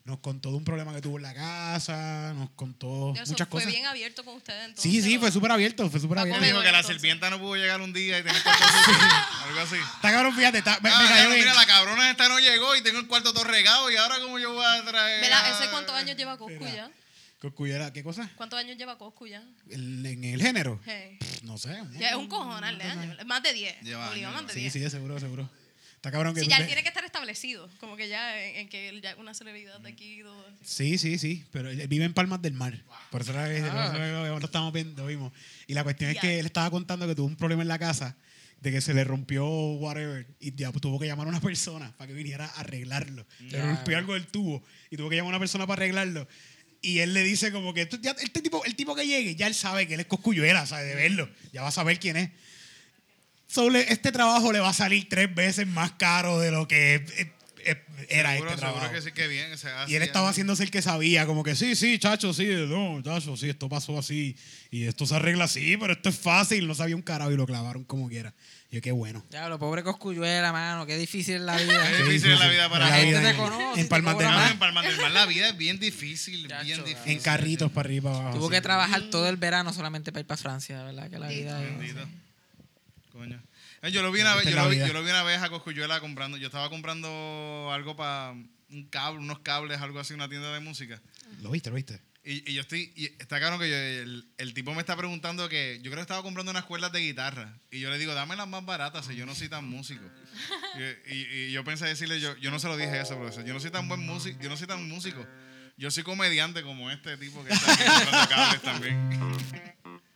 Speaker 1: Nos contó de un problema que tuvo en la casa, nos contó
Speaker 3: Eso
Speaker 1: muchas cosas.
Speaker 3: Fue bien abierto con ustedes entonces.
Speaker 1: Sí, fue
Speaker 3: ¿no?
Speaker 1: súper abierto, fue súper
Speaker 3: Pa'
Speaker 1: abierto.
Speaker 3: comer.
Speaker 2: Dijo que la
Speaker 3: Entonces.
Speaker 2: sirvienta no pudo llegar un día y tenía el cuarto sucio. Algo así.
Speaker 1: Está cabrón, fíjate, me cayó
Speaker 2: Claro,
Speaker 1: bien.
Speaker 2: mira, la cabrona esta no llegó y tengo el cuarto todo regado y ahora cómo yo voy a traer...
Speaker 3: ¿Verdad? ¿Ese cuántos años lleva Coscu
Speaker 1: Espera.
Speaker 3: ya?
Speaker 1: Coscuyera, ¿qué cosa?
Speaker 3: ¿Cuántos años lleva Coscu ya?
Speaker 1: En el género.
Speaker 3: Hey.
Speaker 1: No sé.
Speaker 3: Ya es un cojonal de años. Más de 10.
Speaker 2: Lleva
Speaker 3: Oliva,
Speaker 2: años,
Speaker 3: más de
Speaker 1: Sí,
Speaker 3: 10.
Speaker 1: sí, seguro. Está cabrón que
Speaker 3: Sí,
Speaker 1: tú
Speaker 3: ya
Speaker 1: te-
Speaker 3: él tiene que estar establecido. Como que ya en que él ya es una celebridad de aquí y todo eso.
Speaker 1: Sí, pero él vive en Palmas del Mar. Por eso era que lo estamos viendo, vimos. Y la cuestión es
Speaker 3: Ya.
Speaker 1: que él estaba contando que tuvo un problema en la casa, de que se le rompió whatever, y ya tuvo que llamar a una persona para que viniera a arreglarlo. Le rompió algo del tubo, y tuvo que llamar a una persona para arreglarlo. Y él le dice como que el tipo que llegue, ya él sabe que él es Cosculluela, sabe de verlo, ya va a saber quién es. Este trabajo le va a salir 3 veces más caro de lo que era
Speaker 2: Seguro,
Speaker 1: este trabajo.
Speaker 2: seguro que sí, que bien. O sea,
Speaker 1: Y él estaba haciéndose el que sabía, como que sí, chacho, sí, no, chacho, sí, esto pasó así. Y esto se arregla así, pero esto es fácil. No sabía un carajo y lo clavaron como quiera. Y yo, qué bueno.
Speaker 4: Diablo, pobre Cosculluela, mano. Qué difícil es la vida.
Speaker 2: Qué difícil es la vida para
Speaker 4: La
Speaker 2: él.
Speaker 4: gente
Speaker 1: vida
Speaker 4: te
Speaker 1: en-
Speaker 4: conoce.
Speaker 1: en
Speaker 4: te
Speaker 1: Palmas
Speaker 4: cobra
Speaker 1: del
Speaker 2: No,
Speaker 1: Mar.
Speaker 4: más.
Speaker 2: en Palmas del Mar la vida es bien difícil,
Speaker 4: Chacho,
Speaker 2: bien difícil.
Speaker 1: En carritos para arriba, para abajo.
Speaker 4: Tuvo
Speaker 1: sí.
Speaker 4: que trabajar todo el verano solamente para ir para Francia, de verdad que la vida es...
Speaker 2: Bendito. Coño. Yo lo vi una vez,
Speaker 1: Esta es la vida.
Speaker 2: yo lo vi una vez a Cosculluela comprando. Yo estaba comprando algo para unos cables, algo así, una tienda de música.
Speaker 1: ¿Lo viste?
Speaker 2: Y está claro que el tipo me está preguntando que yo creo que estaba comprando unas cuerdas de guitarra. Y yo le digo, dame las más baratas, si yo no soy tan músico. Y yo pensé decirle, yo no se lo dije eso, profesor. Yo no soy tan buen músico, yo no soy tan músico. Yo soy comediante como este tipo que está aquí comprando cables también.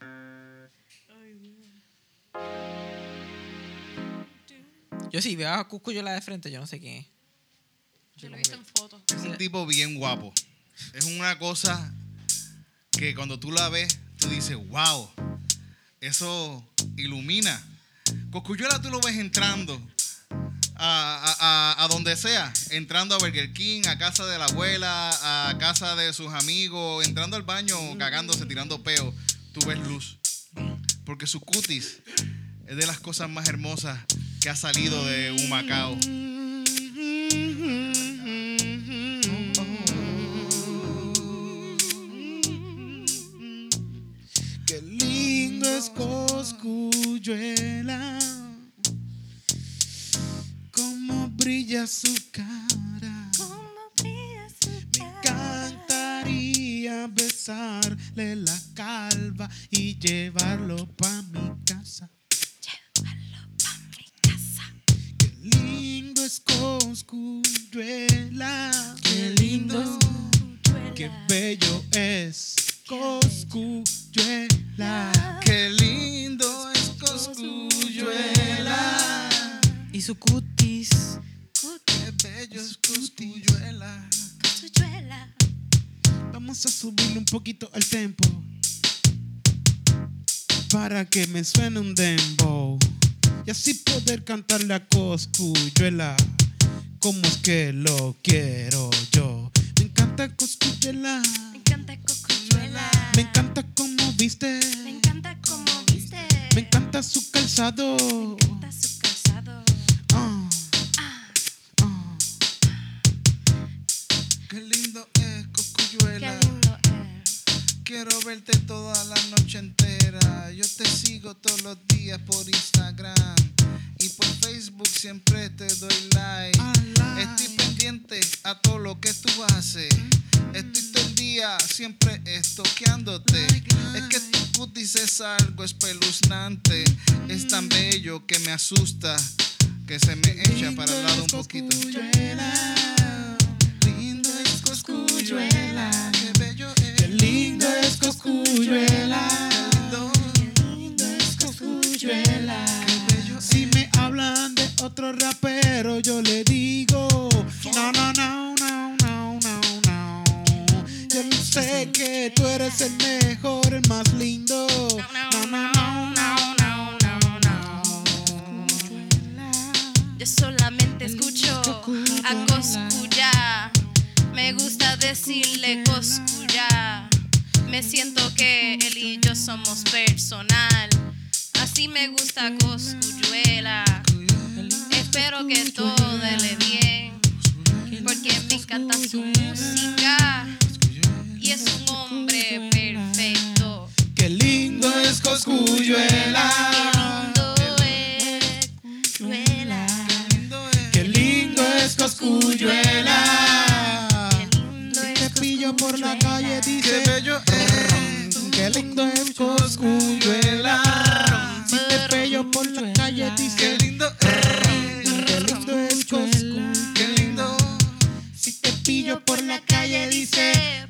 Speaker 4: Yo sí veo a Cosculluela de frente, yo no sé quién es.
Speaker 3: Yo lo he visto en fotos.
Speaker 2: Es un tipo bien guapo. Es una cosa que cuando tú la ves, tú dices, wow, eso ilumina. Cosculluela tú lo ves entrando a donde sea, entrando a Burger King, a casa de la abuela, a casa de sus amigos, entrando al baño, cagándose, tirando peo. Tú ves luz. Porque su cutis es de las cosas más hermosas que ha salido de un Macao.
Speaker 1: Qué lindo es Cosculluela, cómo brilla su cara. Me encantaría besarle la calva y llevarlo pa' mi casa. Qué lindo es Cosculluela, qué lindo, qué bello es Cosculluela.
Speaker 2: Qué lindo es Cosculluela.
Speaker 4: Y su cutis.
Speaker 2: Qué bello es Cosculluela.
Speaker 1: Vamos a subirle un poquito el tempo para que me suene un dembow y así poder cantarle a Cosculluela como es que lo quiero yo. Me encanta Cosculluela,
Speaker 3: Me encanta Cosculluela.
Speaker 1: me encanta cómo viste,
Speaker 3: Me encanta cómo viste.
Speaker 1: me encanta su calzado.
Speaker 3: Me encanta su calzado.
Speaker 1: Ah, ah.
Speaker 2: Qué lindo es
Speaker 3: Qué
Speaker 2: Cosculluela.
Speaker 3: lindo es.
Speaker 2: Quiero verte toda la noche entera. Yo te sigo todos los días por Instagram y por Facebook siempre te doy like. Estoy pendiente a todo lo que tú haces. Estoy todo el día siempre estoqueándote. Es que tu cutis es algo espeluznante. Es tan bello que me asusta, que se me echa para el lado un poquito. Lindo es Cosculluela. Qué bello es.
Speaker 1: Qué lindo es Cosculluela.
Speaker 3: Lindo es Cosculluela.
Speaker 1: Si me hablan de otro rapero, yo le digo no. Yo no sé que tú eres el mejor, el más lindo.
Speaker 3: Yo solamente escucho a Coscuya. Me gusta decirle Coscuya. Me siento que él y yo somos personal. Así me gusta Cosculluela. Espero que todo le bien. Porque que me encanta su música y es un hombre perfecto.
Speaker 1: Qué lindo es Cosculluela.
Speaker 3: Qué lindo es Cruella.
Speaker 1: Qué lindo es Cosculluela.
Speaker 3: Qué lindo
Speaker 1: Si
Speaker 3: es
Speaker 1: te pillo por la calle dice
Speaker 2: Qué bello
Speaker 1: qué lindo es Cosculluela. Si te pillo por la calle dice
Speaker 2: Qué lindo
Speaker 1: qué lindo es Cosculluela.
Speaker 2: Qué lindo.
Speaker 1: Si te pillo por la calle dice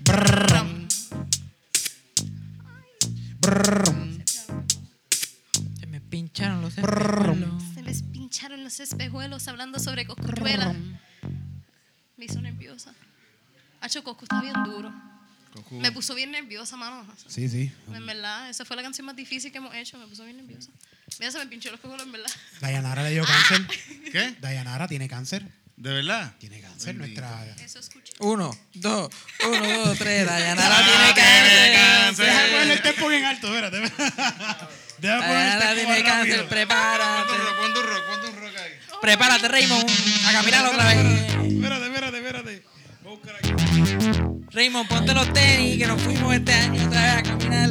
Speaker 4: Se me pincharon los espejuelos.
Speaker 3: Se les pincharon los espejuelos hablando sobre Cosculluela. Me hizo nerviosa. Hacho, Coscu está bien duro. Me puso bien nerviosa, mano.
Speaker 1: Sí, sí.
Speaker 3: En verdad, esa fue la canción más difícil que hemos hecho. Me puso bien nerviosa. Mira, se me pinchó los espejuelos, en verdad.
Speaker 1: Dayanara le dio cáncer.
Speaker 2: ¿Qué?
Speaker 1: Dayanara tiene cáncer.
Speaker 2: ¿De verdad?
Speaker 1: Tiene cáncer nuestra.
Speaker 3: Eso escuché.
Speaker 4: 1, 2, 3. Dayanara tiene cáncer.
Speaker 1: Deja poner el tempo bien alto, espérate. Deja poner el
Speaker 4: Dayanara
Speaker 1: tempo
Speaker 4: tiene
Speaker 1: más
Speaker 4: cáncer,
Speaker 1: rápido.
Speaker 4: prepárate.
Speaker 2: Ponte un rock ahí.
Speaker 4: Prepárate, Raymond, a caminar otra vez.
Speaker 1: Espérate. Voy a buscar aquí.
Speaker 4: Raymond, ponte los tenis que nos fuimos este año otra vez a caminar.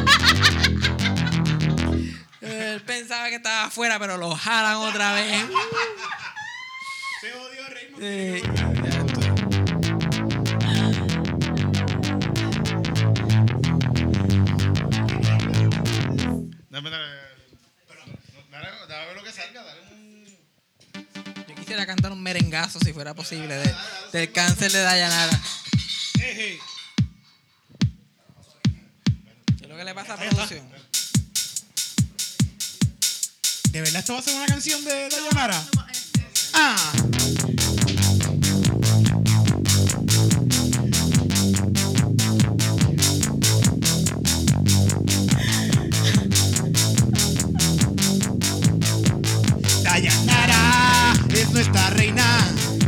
Speaker 4: Él pensaba que estaba afuera, pero lo jalan otra vez.
Speaker 1: Se odió Raymond.
Speaker 2: Dame ver lo que salga, dale un...
Speaker 4: Yo quisiera cantar un merengazo si fuera posible del cáncer de Dayanara. ¿Qué es lo que le pasa a la producción?
Speaker 1: ¿De verdad esto va a ser una canción de Dayanara? Ah. Dayanara es nuestra reina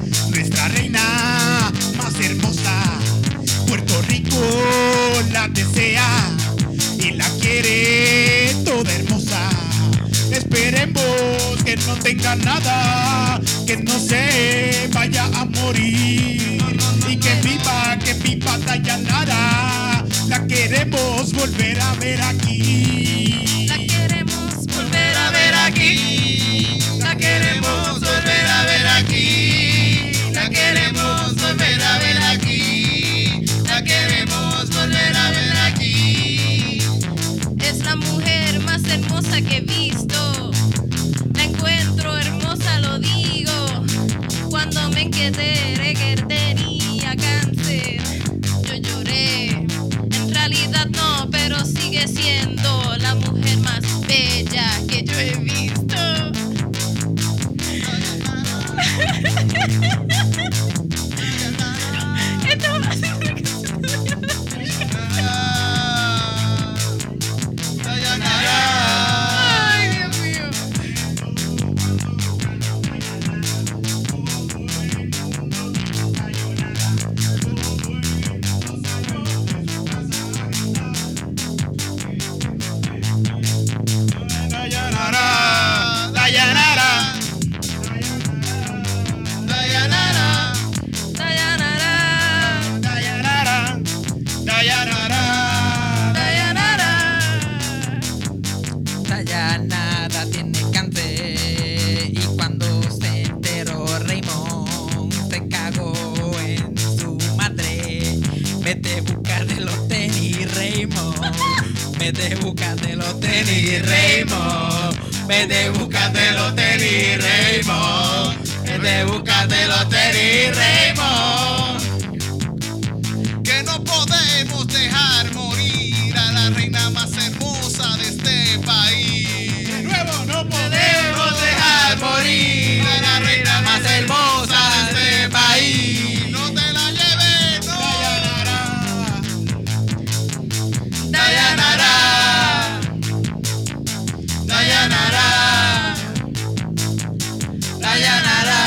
Speaker 1: más hermosa. Puerto Rico la desea y la quiere toda hermosa. Esperemos que no tenga nada, que no se vaya a morir y que viva Dayanara. La queremos volver a ver aquí.
Speaker 3: La queremos volver a ver aquí.
Speaker 2: La queremos volver a ver aquí. La queremos volver a ver aquí. La queremos volver a ver aquí.
Speaker 3: Es la mujer más hermosa que he visto. La encuentro hermosa, lo digo. Cuando me enteré que él tenía cáncer, yo lloré. En realidad no, pero sigue siendo la mujer más bella que yo he visto. Esto va a ser una canción
Speaker 2: Dayanara.
Speaker 3: Ay, Dios mío.
Speaker 2: Dayanara. Dayanara. Dayanara.
Speaker 3: Dayanara,
Speaker 2: Dayanara. Dayanara.
Speaker 3: Dayanara.
Speaker 4: Dayanara tiene cáncer y cuando se enteró Raymond se cagó en su madre. Vete a buscarle los tenis, Raymond. Vete a buscarle los tenis, Raymond. Vete a buscarle los tenis, Raymond. Vete a buscarle los tenis, Raymond.
Speaker 2: Que no podemos dejar morir a la reina más hermosa de este país.
Speaker 1: De nuevo, no
Speaker 2: Podemos dejar morir a la reina más hermosa de este país. No te la lleves, no.
Speaker 1: Dayanara.
Speaker 2: Dayanara. Dayanara.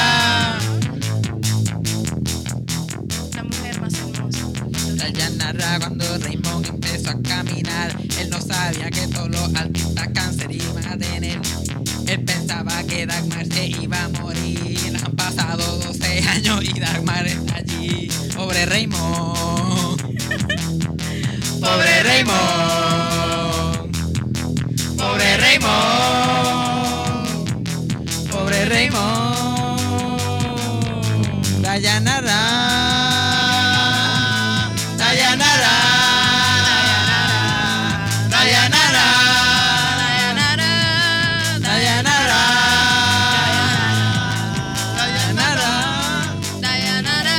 Speaker 3: La mujer más hermosa.
Speaker 4: Dayanara, cuando Raymond empezó a caminar, él no sabía que todos los artistas cáncer iban a tener. Él pensaba que Dagmar se iba a morir. Han pasado 12 años y Dagmar está allí. Pobre Raymond. Pobre Raymond. Pobre Raymond. Pobre Raymond. Dayanara. Dayanara. Dayanara.
Speaker 3: Dayanara.
Speaker 4: Dayanara.
Speaker 3: Dayanara.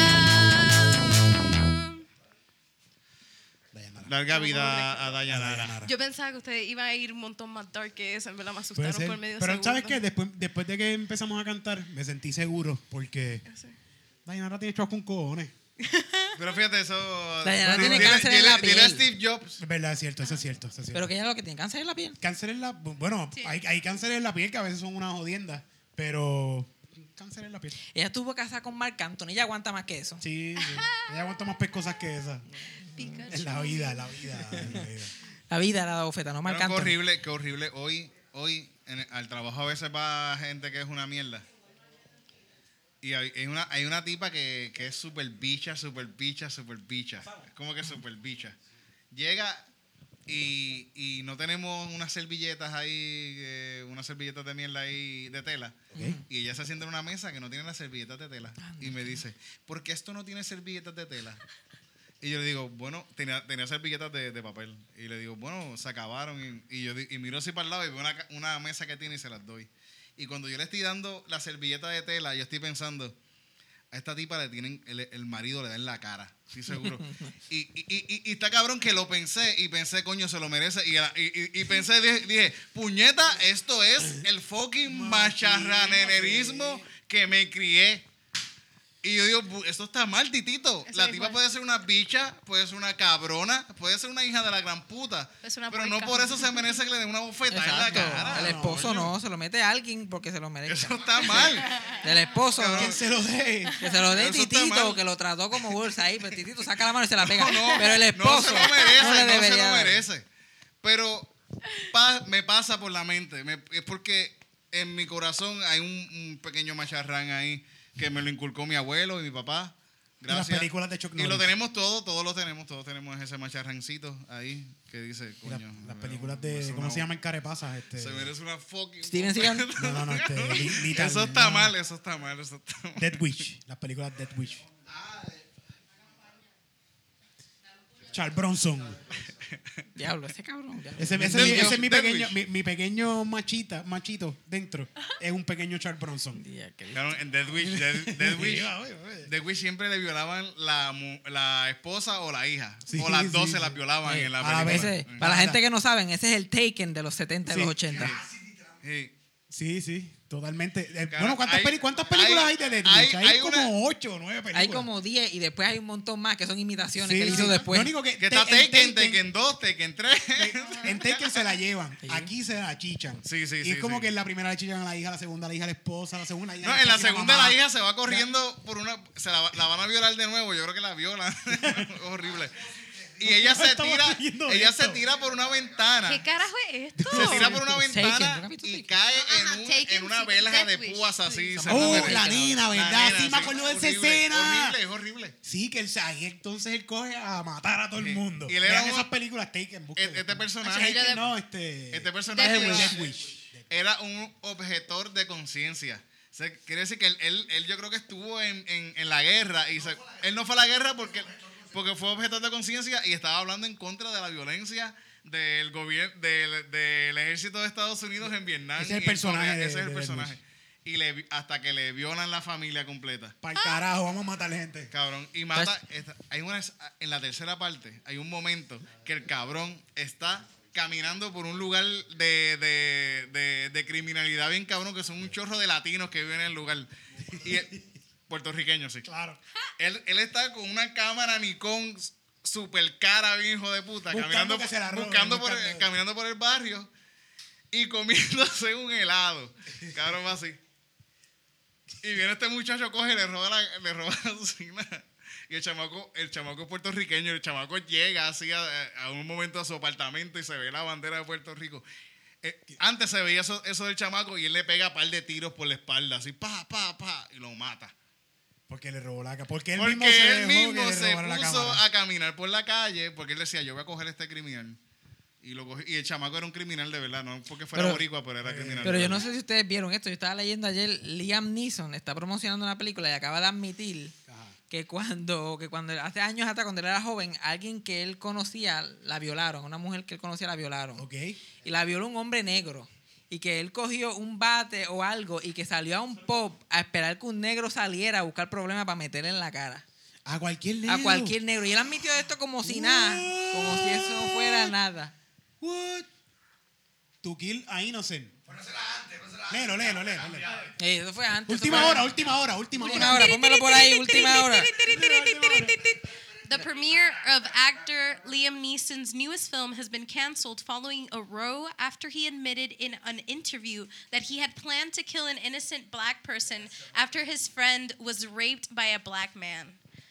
Speaker 2: Larga vida a Dayanara.
Speaker 3: Yo pensaba que ustedes iban a ir un montón más dark que eso. En verdad me
Speaker 1: Puede
Speaker 3: asustaron
Speaker 1: ser.
Speaker 3: por medio
Speaker 1: Pero
Speaker 3: segundo.
Speaker 1: ¿sabes qué? Después de que empezamos a cantar, me sentí seguro porque
Speaker 3: Sí.
Speaker 1: Dayanara tiene chos con cojones.
Speaker 2: Pero fíjate, eso.
Speaker 4: Dayanara
Speaker 2: Bueno,
Speaker 4: tiene cáncer en la
Speaker 2: dile a
Speaker 4: piel.
Speaker 2: Steve Jobs.
Speaker 1: Es verdad, es cierto, eso es cierto. Eso es cierto.
Speaker 4: Pero que ella lo que tiene cáncer en la piel.
Speaker 1: Cáncer en la... Bueno,
Speaker 3: Sí.
Speaker 1: hay cáncer en la piel que a veces son una jodienda, pero cáncer en la piel.
Speaker 4: Ella estuvo casada con Marc Anthony. Ella aguanta más que eso.
Speaker 1: Sí, sí. Ella aguanta más pescosas que esas.
Speaker 3: Pikachu.
Speaker 1: En la vida, en la vida.
Speaker 4: La vida la da bofeta, no Marc
Speaker 2: Pero
Speaker 4: Anthony.
Speaker 2: qué horrible. Hoy al trabajo a veces va gente que es una mierda. Y hay una tipa que es súper bicha. Es como que súper bicha. Llega y no tenemos unas servilletas ahí, unas servilletas de mierda ahí de tela. Y ella se sienta en una mesa que no tiene las servilletas de tela. Y me dice, ¿por qué esto no tiene servilletas de tela? Y yo le digo, bueno, tenía servilletas de papel. Y le digo, bueno, se acabaron. Y miro así para el lado y veo una mesa que tiene y se las doy. Y cuando yo le estoy dando la servilleta de tela, yo estoy pensando, a esta tipa le tienen, el marido le da en la cara, estoy seguro. Y está cabrón que lo pensé y pensé, coño, se lo merece. Y pensé, dije, puñeta, esto es el fucking macharranerismo que me crié. Y yo digo, esto está mal, titito.
Speaker 3: Eso
Speaker 2: La
Speaker 3: es
Speaker 2: tipa
Speaker 3: igual.
Speaker 2: puede ser una bicha, puede ser una cabrona, puede ser una hija de la gran puta.
Speaker 3: Es una
Speaker 2: Pero no
Speaker 3: puerca.
Speaker 2: por eso se merece que le den una bofetada en la
Speaker 4: Exacto.
Speaker 2: cara.
Speaker 4: El esposo no, se lo mete a alguien porque se lo merece.
Speaker 2: Eso está mal.
Speaker 4: El esposo no.
Speaker 1: ¿Quién se lo dé?
Speaker 4: Que se lo dé
Speaker 2: Eso está
Speaker 4: Titito,
Speaker 2: mal.
Speaker 4: que lo trató como bolsa ahí, pero Titito saca la mano y se la pega.
Speaker 2: No,
Speaker 4: pero el esposo
Speaker 2: no se lo merece,
Speaker 4: no le
Speaker 2: no se
Speaker 4: debería
Speaker 2: lo
Speaker 4: dar.
Speaker 2: merece. Pero me pasa por la mente. Es porque en mi corazón hay un pequeño macharrán ahí que me lo inculcó mi abuelo y mi papá. Gracias.
Speaker 1: las películas de Chuck
Speaker 2: Y lo
Speaker 1: Norris.
Speaker 2: tenemos todos tenemos ese macharrancito ahí que dice,
Speaker 1: Y la-
Speaker 2: coño.
Speaker 1: las películas de...
Speaker 2: eso
Speaker 1: ¿Cómo
Speaker 2: no-
Speaker 1: se llaman carepasas?
Speaker 2: Se merece una fucking...
Speaker 4: Steven Seagal.
Speaker 1: No, Lethal,
Speaker 2: Eso está
Speaker 1: no.
Speaker 2: mal, eso está mal.
Speaker 1: Dead Witch. Las películas Dead Witch. Charles Bronson.
Speaker 4: Diablo, ese cabrón. diablo.
Speaker 1: Ese es mi
Speaker 2: Dead
Speaker 1: pequeño,
Speaker 2: Witch.
Speaker 1: mi pequeño machito dentro. Es un pequeño Charles Bronson.
Speaker 4: Día que-
Speaker 2: Claro, en Dead Wish Dead Wish siempre le violaban la esposa o la hija.
Speaker 1: Sí,
Speaker 2: o las dos
Speaker 1: sí,
Speaker 2: se las
Speaker 1: sí.
Speaker 2: violaban en la
Speaker 1: a la
Speaker 2: película.
Speaker 1: vez.
Speaker 4: Para la gente que no saben, ese es el Taken de los 70 y
Speaker 1: Sí.
Speaker 4: los 80.
Speaker 2: Sí.
Speaker 1: Sí, totalmente.
Speaker 2: Claro,
Speaker 1: Bueno, ¿cuántas películas hay de Dead Witch? Hay como
Speaker 2: una-
Speaker 1: 8 o 9 películas.
Speaker 4: Hay como 10 y después hay un montón más que son imitaciones
Speaker 1: Sí,
Speaker 4: que él
Speaker 1: sí.
Speaker 4: hizo después.
Speaker 1: Lo único que
Speaker 2: Que está
Speaker 1: en
Speaker 2: Taken 2, Taken 3.
Speaker 1: En Taken se la llevan.
Speaker 4: Sí.
Speaker 1: Aquí se la chichan.
Speaker 2: Sí, sí,
Speaker 1: y
Speaker 2: sí,
Speaker 1: es como
Speaker 2: sí.
Speaker 1: que en la primera le chichan a la hija, la segunda a la hija, a la esposa, la segunda a la hija.
Speaker 2: No,
Speaker 1: le
Speaker 2: en la
Speaker 1: chichan a
Speaker 2: segunda
Speaker 1: mamá.
Speaker 2: la hija se va corriendo por una... la van a violar de nuevo. Yo creo que la violan. Horrible. Y ella se
Speaker 1: Estamos
Speaker 2: tira,
Speaker 1: riendo
Speaker 2: ella
Speaker 1: esto.
Speaker 2: se tira por una ventana.
Speaker 3: ¿Qué carajo es esto?
Speaker 2: Se tira por una
Speaker 4: Taken,
Speaker 2: ventana
Speaker 4: ¿nunca has visto
Speaker 2: y
Speaker 4: Taken?
Speaker 2: cae
Speaker 3: Ajá, Taken,
Speaker 2: en una
Speaker 3: sí,
Speaker 2: verja
Speaker 3: Death
Speaker 2: de
Speaker 3: Wish.
Speaker 2: púas así. se
Speaker 1: Oh,
Speaker 2: muere.
Speaker 1: la nena, ¿verdad?
Speaker 2: La nena,
Speaker 1: Sí, me acuerdo de esa
Speaker 2: horrible,
Speaker 1: escena.
Speaker 2: Horrible, es horrible.
Speaker 1: Sí, que ahí entonces él coge a matar a todo el
Speaker 2: Sí.
Speaker 1: mundo.
Speaker 2: Y él era
Speaker 1: Vean
Speaker 2: un-
Speaker 1: esas películas Taken. búsquenlas.
Speaker 2: Este personaje,
Speaker 1: Taken, no, este
Speaker 2: personaje
Speaker 3: Death
Speaker 2: era,
Speaker 1: Death Wish.
Speaker 2: era un objetor de conciencia. O sea, quiere decir que él yo creo que estuvo en la guerra. Él no fue a la guerra porque fue objetor de conciencia y estaba hablando en contra de la violencia del gobierno del ejército de Estados Unidos en Vietnam.
Speaker 1: Ese es el
Speaker 2: y en
Speaker 1: personaje
Speaker 2: Corea.
Speaker 1: de-
Speaker 2: Ese es el
Speaker 1: de Death
Speaker 2: personaje.
Speaker 1: Wish.
Speaker 2: Y hasta que le violan la familia completa.
Speaker 1: Para el carajo, vamos a matar gente.
Speaker 2: Cabrón. Y mata. En la tercera parte hay un momento que el cabrón está caminando por un lugar de criminalidad bien cabrón, que son un chorro de latinos que viven en el lugar. Y puertorriqueños, sí.
Speaker 1: Claro.
Speaker 2: Él está con una cámara Nikon super cara, bien hijo de puta,
Speaker 1: Buscando que se la roben,
Speaker 2: caminando por el barrio y comiéndose un helado. Cabrón, va así. Y viene este muchacho, coge y le roba la cocina. Y el chamaco es puertorriqueño. El chamaco llega así a un momento a su apartamento y se ve la bandera de Puerto Rico. Antes se veía eso del chamaco y él le pega un par de tiros por la espalda, así, pa, y lo mata.
Speaker 1: Porque le robó la cámara. Porque él
Speaker 2: Porque
Speaker 1: mismo se
Speaker 2: él
Speaker 1: dejó
Speaker 2: mismo
Speaker 1: que le
Speaker 2: se
Speaker 1: robara la
Speaker 2: puso
Speaker 1: cámara.
Speaker 2: a caminar por la calle, porque él decía, yo voy a coger a este criminal. Y lo cogí, y el chamaco era un criminal de verdad, no porque fuera boricua, pero era criminal.
Speaker 4: Pero
Speaker 2: de
Speaker 4: yo no
Speaker 2: verdad.
Speaker 4: sé si ustedes vieron esto. Yo estaba leyendo ayer, Liam Neeson está promocionando una película y acaba de admitir que cuando hace años atrás, cuando él era joven, alguien que él conocía la violaron. Una mujer que él conocía la violaron.
Speaker 1: Ok.
Speaker 4: Y la violó un hombre negro. Y que él cogió un bate o algo y que salió a un pub a esperar que un negro saliera a buscar problemas para meterle en la cara.
Speaker 1: A cualquier negro.
Speaker 4: A cualquier negro. Y él admitió esto como si nada. Como si eso no fuera nada.
Speaker 1: What? To kill a innocent. Léelo.
Speaker 4: Eso fue antes.
Speaker 1: Última hora.
Speaker 4: Última hora, pónmelo por ahí, última hora.
Speaker 3: The premiere of actor Liam Neeson's newest film has been canceled following a row after he admitted in an interview that he had planned to kill an innocent black person after his friend was raped by a black man.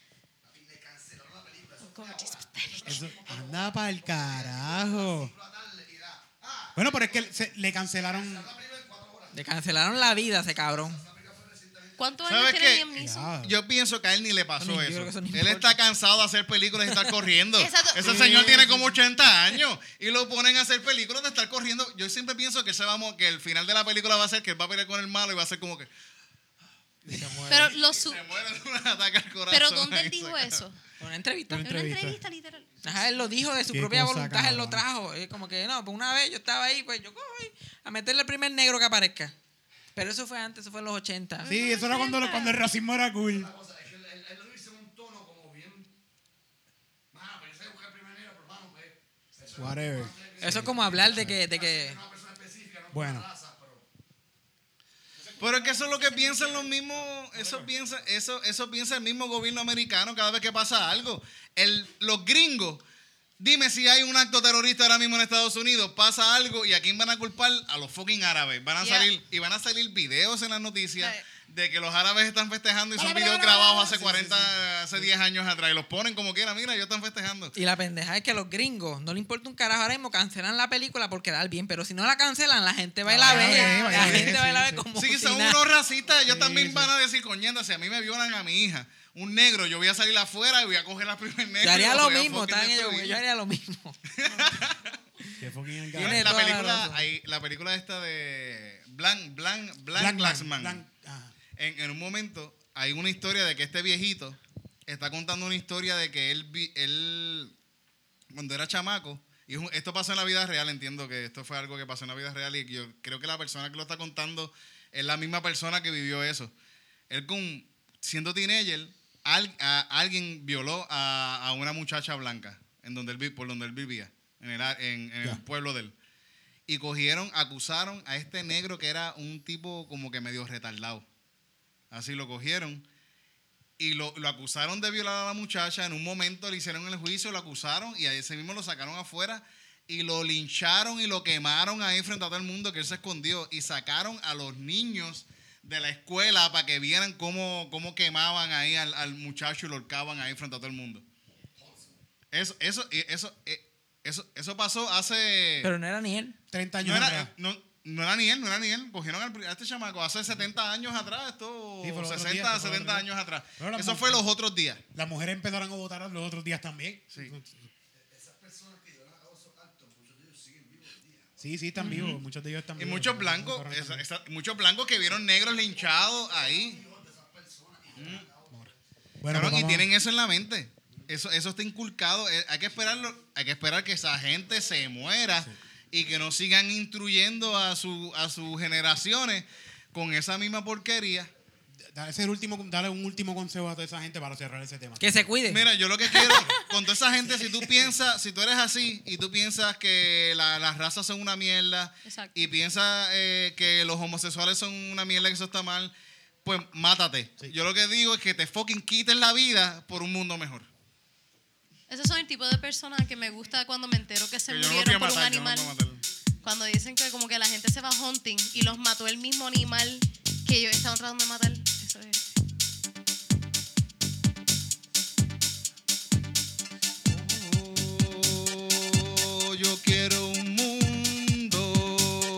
Speaker 3: Gorgeous, pathetic.
Speaker 1: Eso, anda pa'l carajo. Bueno, pero es que le cancelaron.
Speaker 4: Le cancelaron la vida a ese cabrón.
Speaker 3: ¿Cuántos años
Speaker 2: ¿Sabes
Speaker 3: tiene
Speaker 2: qué?
Speaker 3: Liam Neeson?
Speaker 2: Yo pienso que a él ni le pasó
Speaker 4: Yo creo
Speaker 2: eso.
Speaker 4: que eso ni
Speaker 2: Él
Speaker 4: importa.
Speaker 2: está cansado de hacer películas y estar corriendo.
Speaker 3: Exacto.
Speaker 2: Ese señor tiene como 80 años y lo ponen a hacer películas de estar corriendo. Yo siempre pienso que que el final de la película va a ser que él va a pelear con el malo y va a ser como que
Speaker 3: Pero
Speaker 2: se muere de un ataque al corazón.
Speaker 3: Pero ¿dónde él
Speaker 2: ahí,
Speaker 3: dijo
Speaker 2: saca.
Speaker 3: eso?
Speaker 4: Una entrevista.
Speaker 3: En una entrevista literal.
Speaker 4: Ajá, él lo dijo de su
Speaker 1: Qué
Speaker 4: propia
Speaker 1: cosa,
Speaker 4: voluntad, él lo
Speaker 1: cabrón.
Speaker 4: trajo. Es como que, no, pues una vez yo estaba ahí, pues yo cojo ahí a meterle el primer negro que aparezca. Pero eso fue antes, eso fue en los 80.
Speaker 1: Sí, eso era cuando el racismo era cool.
Speaker 5: Él lo dice en un tono como bien. Mano, pues yo sé buscar el primer negro, pero mano, pues. Eso
Speaker 1: Whatever.
Speaker 4: Eso es como hablar de que
Speaker 5: es una persona específica, no
Speaker 1: Bueno.
Speaker 5: una raza, pero.
Speaker 2: Pero es que eso es lo que piensan los mismos, eso piensa el mismo gobierno americano cada vez que pasa algo. Los gringos, dime si hay un acto terrorista ahora mismo en Estados Unidos, pasa algo y a quién van a culpar, a los fucking árabes. Van a salir videos en las noticias
Speaker 3: Right.
Speaker 2: de que los árabes están festejando y son videos grabados hace 10 años atrás y los ponen como quieran, mira, ellos están festejando.
Speaker 4: Y la pendeja es que a los gringos no le importa un carajo. Ahora mismo cancelan la película por quedar bien, pero si no la cancelan, la gente va y la ve. La gente va y la ve como
Speaker 2: Sí, que
Speaker 4: si
Speaker 2: son
Speaker 4: nada.
Speaker 2: unos racistas, ellos también van a decir, coñenda, si a mí me violan a mi hija, un negro, yo voy a salir afuera y voy a coger al primer negro.
Speaker 4: Yo haría
Speaker 2: y
Speaker 4: lo
Speaker 2: voy a
Speaker 4: mismo,
Speaker 2: fucking
Speaker 4: están ellos,
Speaker 2: destruir.
Speaker 4: yo haría lo mismo.
Speaker 1: Qué fucking
Speaker 4: Tiene
Speaker 2: La
Speaker 4: toda la
Speaker 2: película,
Speaker 4: razón.
Speaker 2: la película esta de Black Klansman.
Speaker 1: Ajá.
Speaker 2: En un momento hay una historia de que este viejito está contando una historia de que él cuando era chamaco, y esto pasó en la vida real, entiendo que esto fue algo que pasó en la vida real y yo creo que la persona que lo está contando es la misma persona que vivió eso. Él siendo teenager, alguien violó a una muchacha blanca por donde él vivía, en el pueblo de él. Y acusaron a este negro que era un tipo como que medio retardado. Así lo cogieron y lo acusaron de violar a la muchacha. En un momento le hicieron el juicio, lo acusaron y a ese mismo lo sacaron afuera y lo lincharon y lo quemaron ahí frente a todo el mundo, que él se escondió, y sacaron a los niños de la escuela para que vieran cómo quemaban ahí al muchacho y lo ahorcaban ahí frente a todo el mundo. Eso pasó hace...
Speaker 4: Pero no era ni él.
Speaker 1: 30 años
Speaker 2: No era,
Speaker 1: atrás.
Speaker 2: no era ni él. Cogieron a este chamaco hace 70 años atrás,
Speaker 1: Sí, fue los otros
Speaker 2: 60,
Speaker 1: días, fue los
Speaker 2: 70
Speaker 1: otros
Speaker 2: años atrás.
Speaker 1: Pero la
Speaker 2: Eso
Speaker 1: mujer-
Speaker 2: fue los otros días.
Speaker 1: Las mujeres empezaron a votar los otros días también.
Speaker 2: Sí.
Speaker 5: Esas personas que llevan a cabo esos actos, muchos de ellos siguen vivos hoy día.
Speaker 1: Sí, están vivos. Muchos de ellos están
Speaker 2: Y
Speaker 1: vivos.
Speaker 2: muchos blancos, muchos blancos que vieron negros linchados ahí.
Speaker 1: Bueno,
Speaker 2: Cabrón,
Speaker 1: pues
Speaker 2: y
Speaker 1: vamos-
Speaker 2: tienen eso en la mente. Eso está inculcado. Hay que esperar que esa gente se muera y que no sigan instruyendo a sus generaciones con esa misma porquería.
Speaker 1: Dale un último consejo a toda esa gente para cerrar ese tema.
Speaker 4: Que se cuide.
Speaker 2: Mira, yo lo que quiero, con toda esa gente, si tú eres así y tú piensas que las razas son una mierda
Speaker 3: Exacto.
Speaker 2: y piensas que los homosexuales son una mierda, que eso está mal, pues mátate.
Speaker 1: Sí.
Speaker 2: Yo lo que digo es que te fucking quiten la vida por un mundo mejor.
Speaker 3: Esos son el tipo de personas que me gusta cuando me entero que se
Speaker 2: Que yo no
Speaker 3: murieron
Speaker 2: fui a
Speaker 3: por un
Speaker 2: matar, yo no
Speaker 3: animal.
Speaker 2: fui a matar.
Speaker 3: Cuando dicen que como que la gente se va hunting y los mató el mismo animal que ellos estaban tratando de matar. Eso es.
Speaker 2: Oh, yo quiero un mundo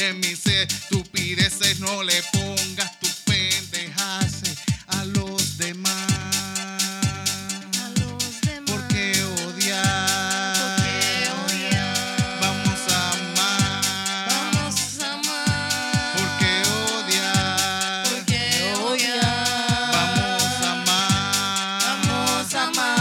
Speaker 2: en mis estupideces. No le pongas tus pendejaces a los demás.
Speaker 3: A los demás.
Speaker 2: ¿Por qué odiar?
Speaker 3: ¿Por qué odiar?
Speaker 2: Vamos a amar.
Speaker 3: Vamos a amar.
Speaker 2: ¿Por qué odiar?
Speaker 3: ¿Por qué odiar?
Speaker 2: Vamos a amar.
Speaker 3: Vamos a amar.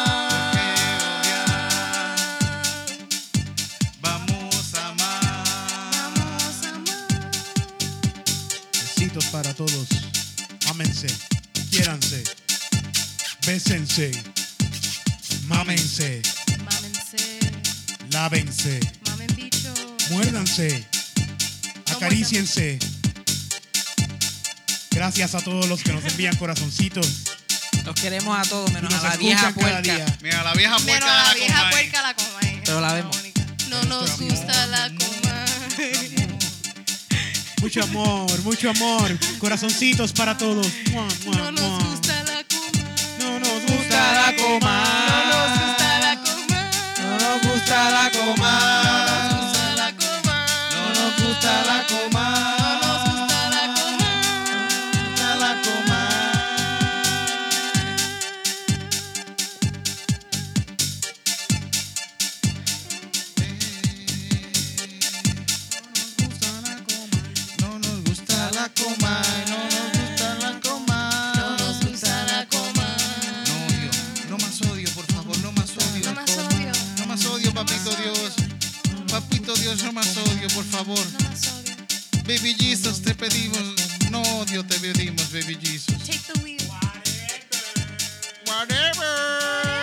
Speaker 2: Vamos a amar.
Speaker 3: Vamos a amar.
Speaker 1: Besitos para todos. Ámense, quiéranse, bésense, mámense,
Speaker 3: Mámense.
Speaker 1: lávense,
Speaker 3: Mamen bicho.
Speaker 1: muérdanse, acaríciense. Gracias a todos los que nos envían corazoncitos.
Speaker 4: Los queremos a todos,
Speaker 1: Y
Speaker 4: menos
Speaker 1: nos
Speaker 4: a la vieja
Speaker 1: escuchan cada
Speaker 4: puerca.
Speaker 1: día.
Speaker 2: Mira, la vieja puerca
Speaker 3: Pero a la
Speaker 2: de
Speaker 3: vieja
Speaker 2: Comay.
Speaker 3: puerca la Comay.
Speaker 4: Pero la vemos.
Speaker 3: No nos gusta la Comay.
Speaker 1: Mucho amor. Corazoncitos para todos. Mua, mua,
Speaker 3: No nos
Speaker 1: mua.
Speaker 3: gusta la Comay.
Speaker 1: No nos
Speaker 4: Gusta
Speaker 1: gusta
Speaker 4: la
Speaker 1: la
Speaker 4: coma.
Speaker 3: No nos gusta la Comay.
Speaker 4: No nos gusta la coma.
Speaker 3: No nos gusta la Comay.
Speaker 4: No nos gusta la coma.
Speaker 3: No nos gusta la Comay.
Speaker 4: Gusta la coma.
Speaker 2: No nos gusta la coma. No nos gusta la coma.
Speaker 3: No nos gusta la Comay.
Speaker 2: No odio. No más odio, por favor. No más odio.
Speaker 3: No más odio.
Speaker 2: No más odio, papito Dios. Papito Dios, no más odio, por favor.
Speaker 3: No más odio.
Speaker 2: Baby Jesus, te pedimos. No odio, te pedimos, Baby Jesus.
Speaker 3: Take the wheel.
Speaker 2: Whatever.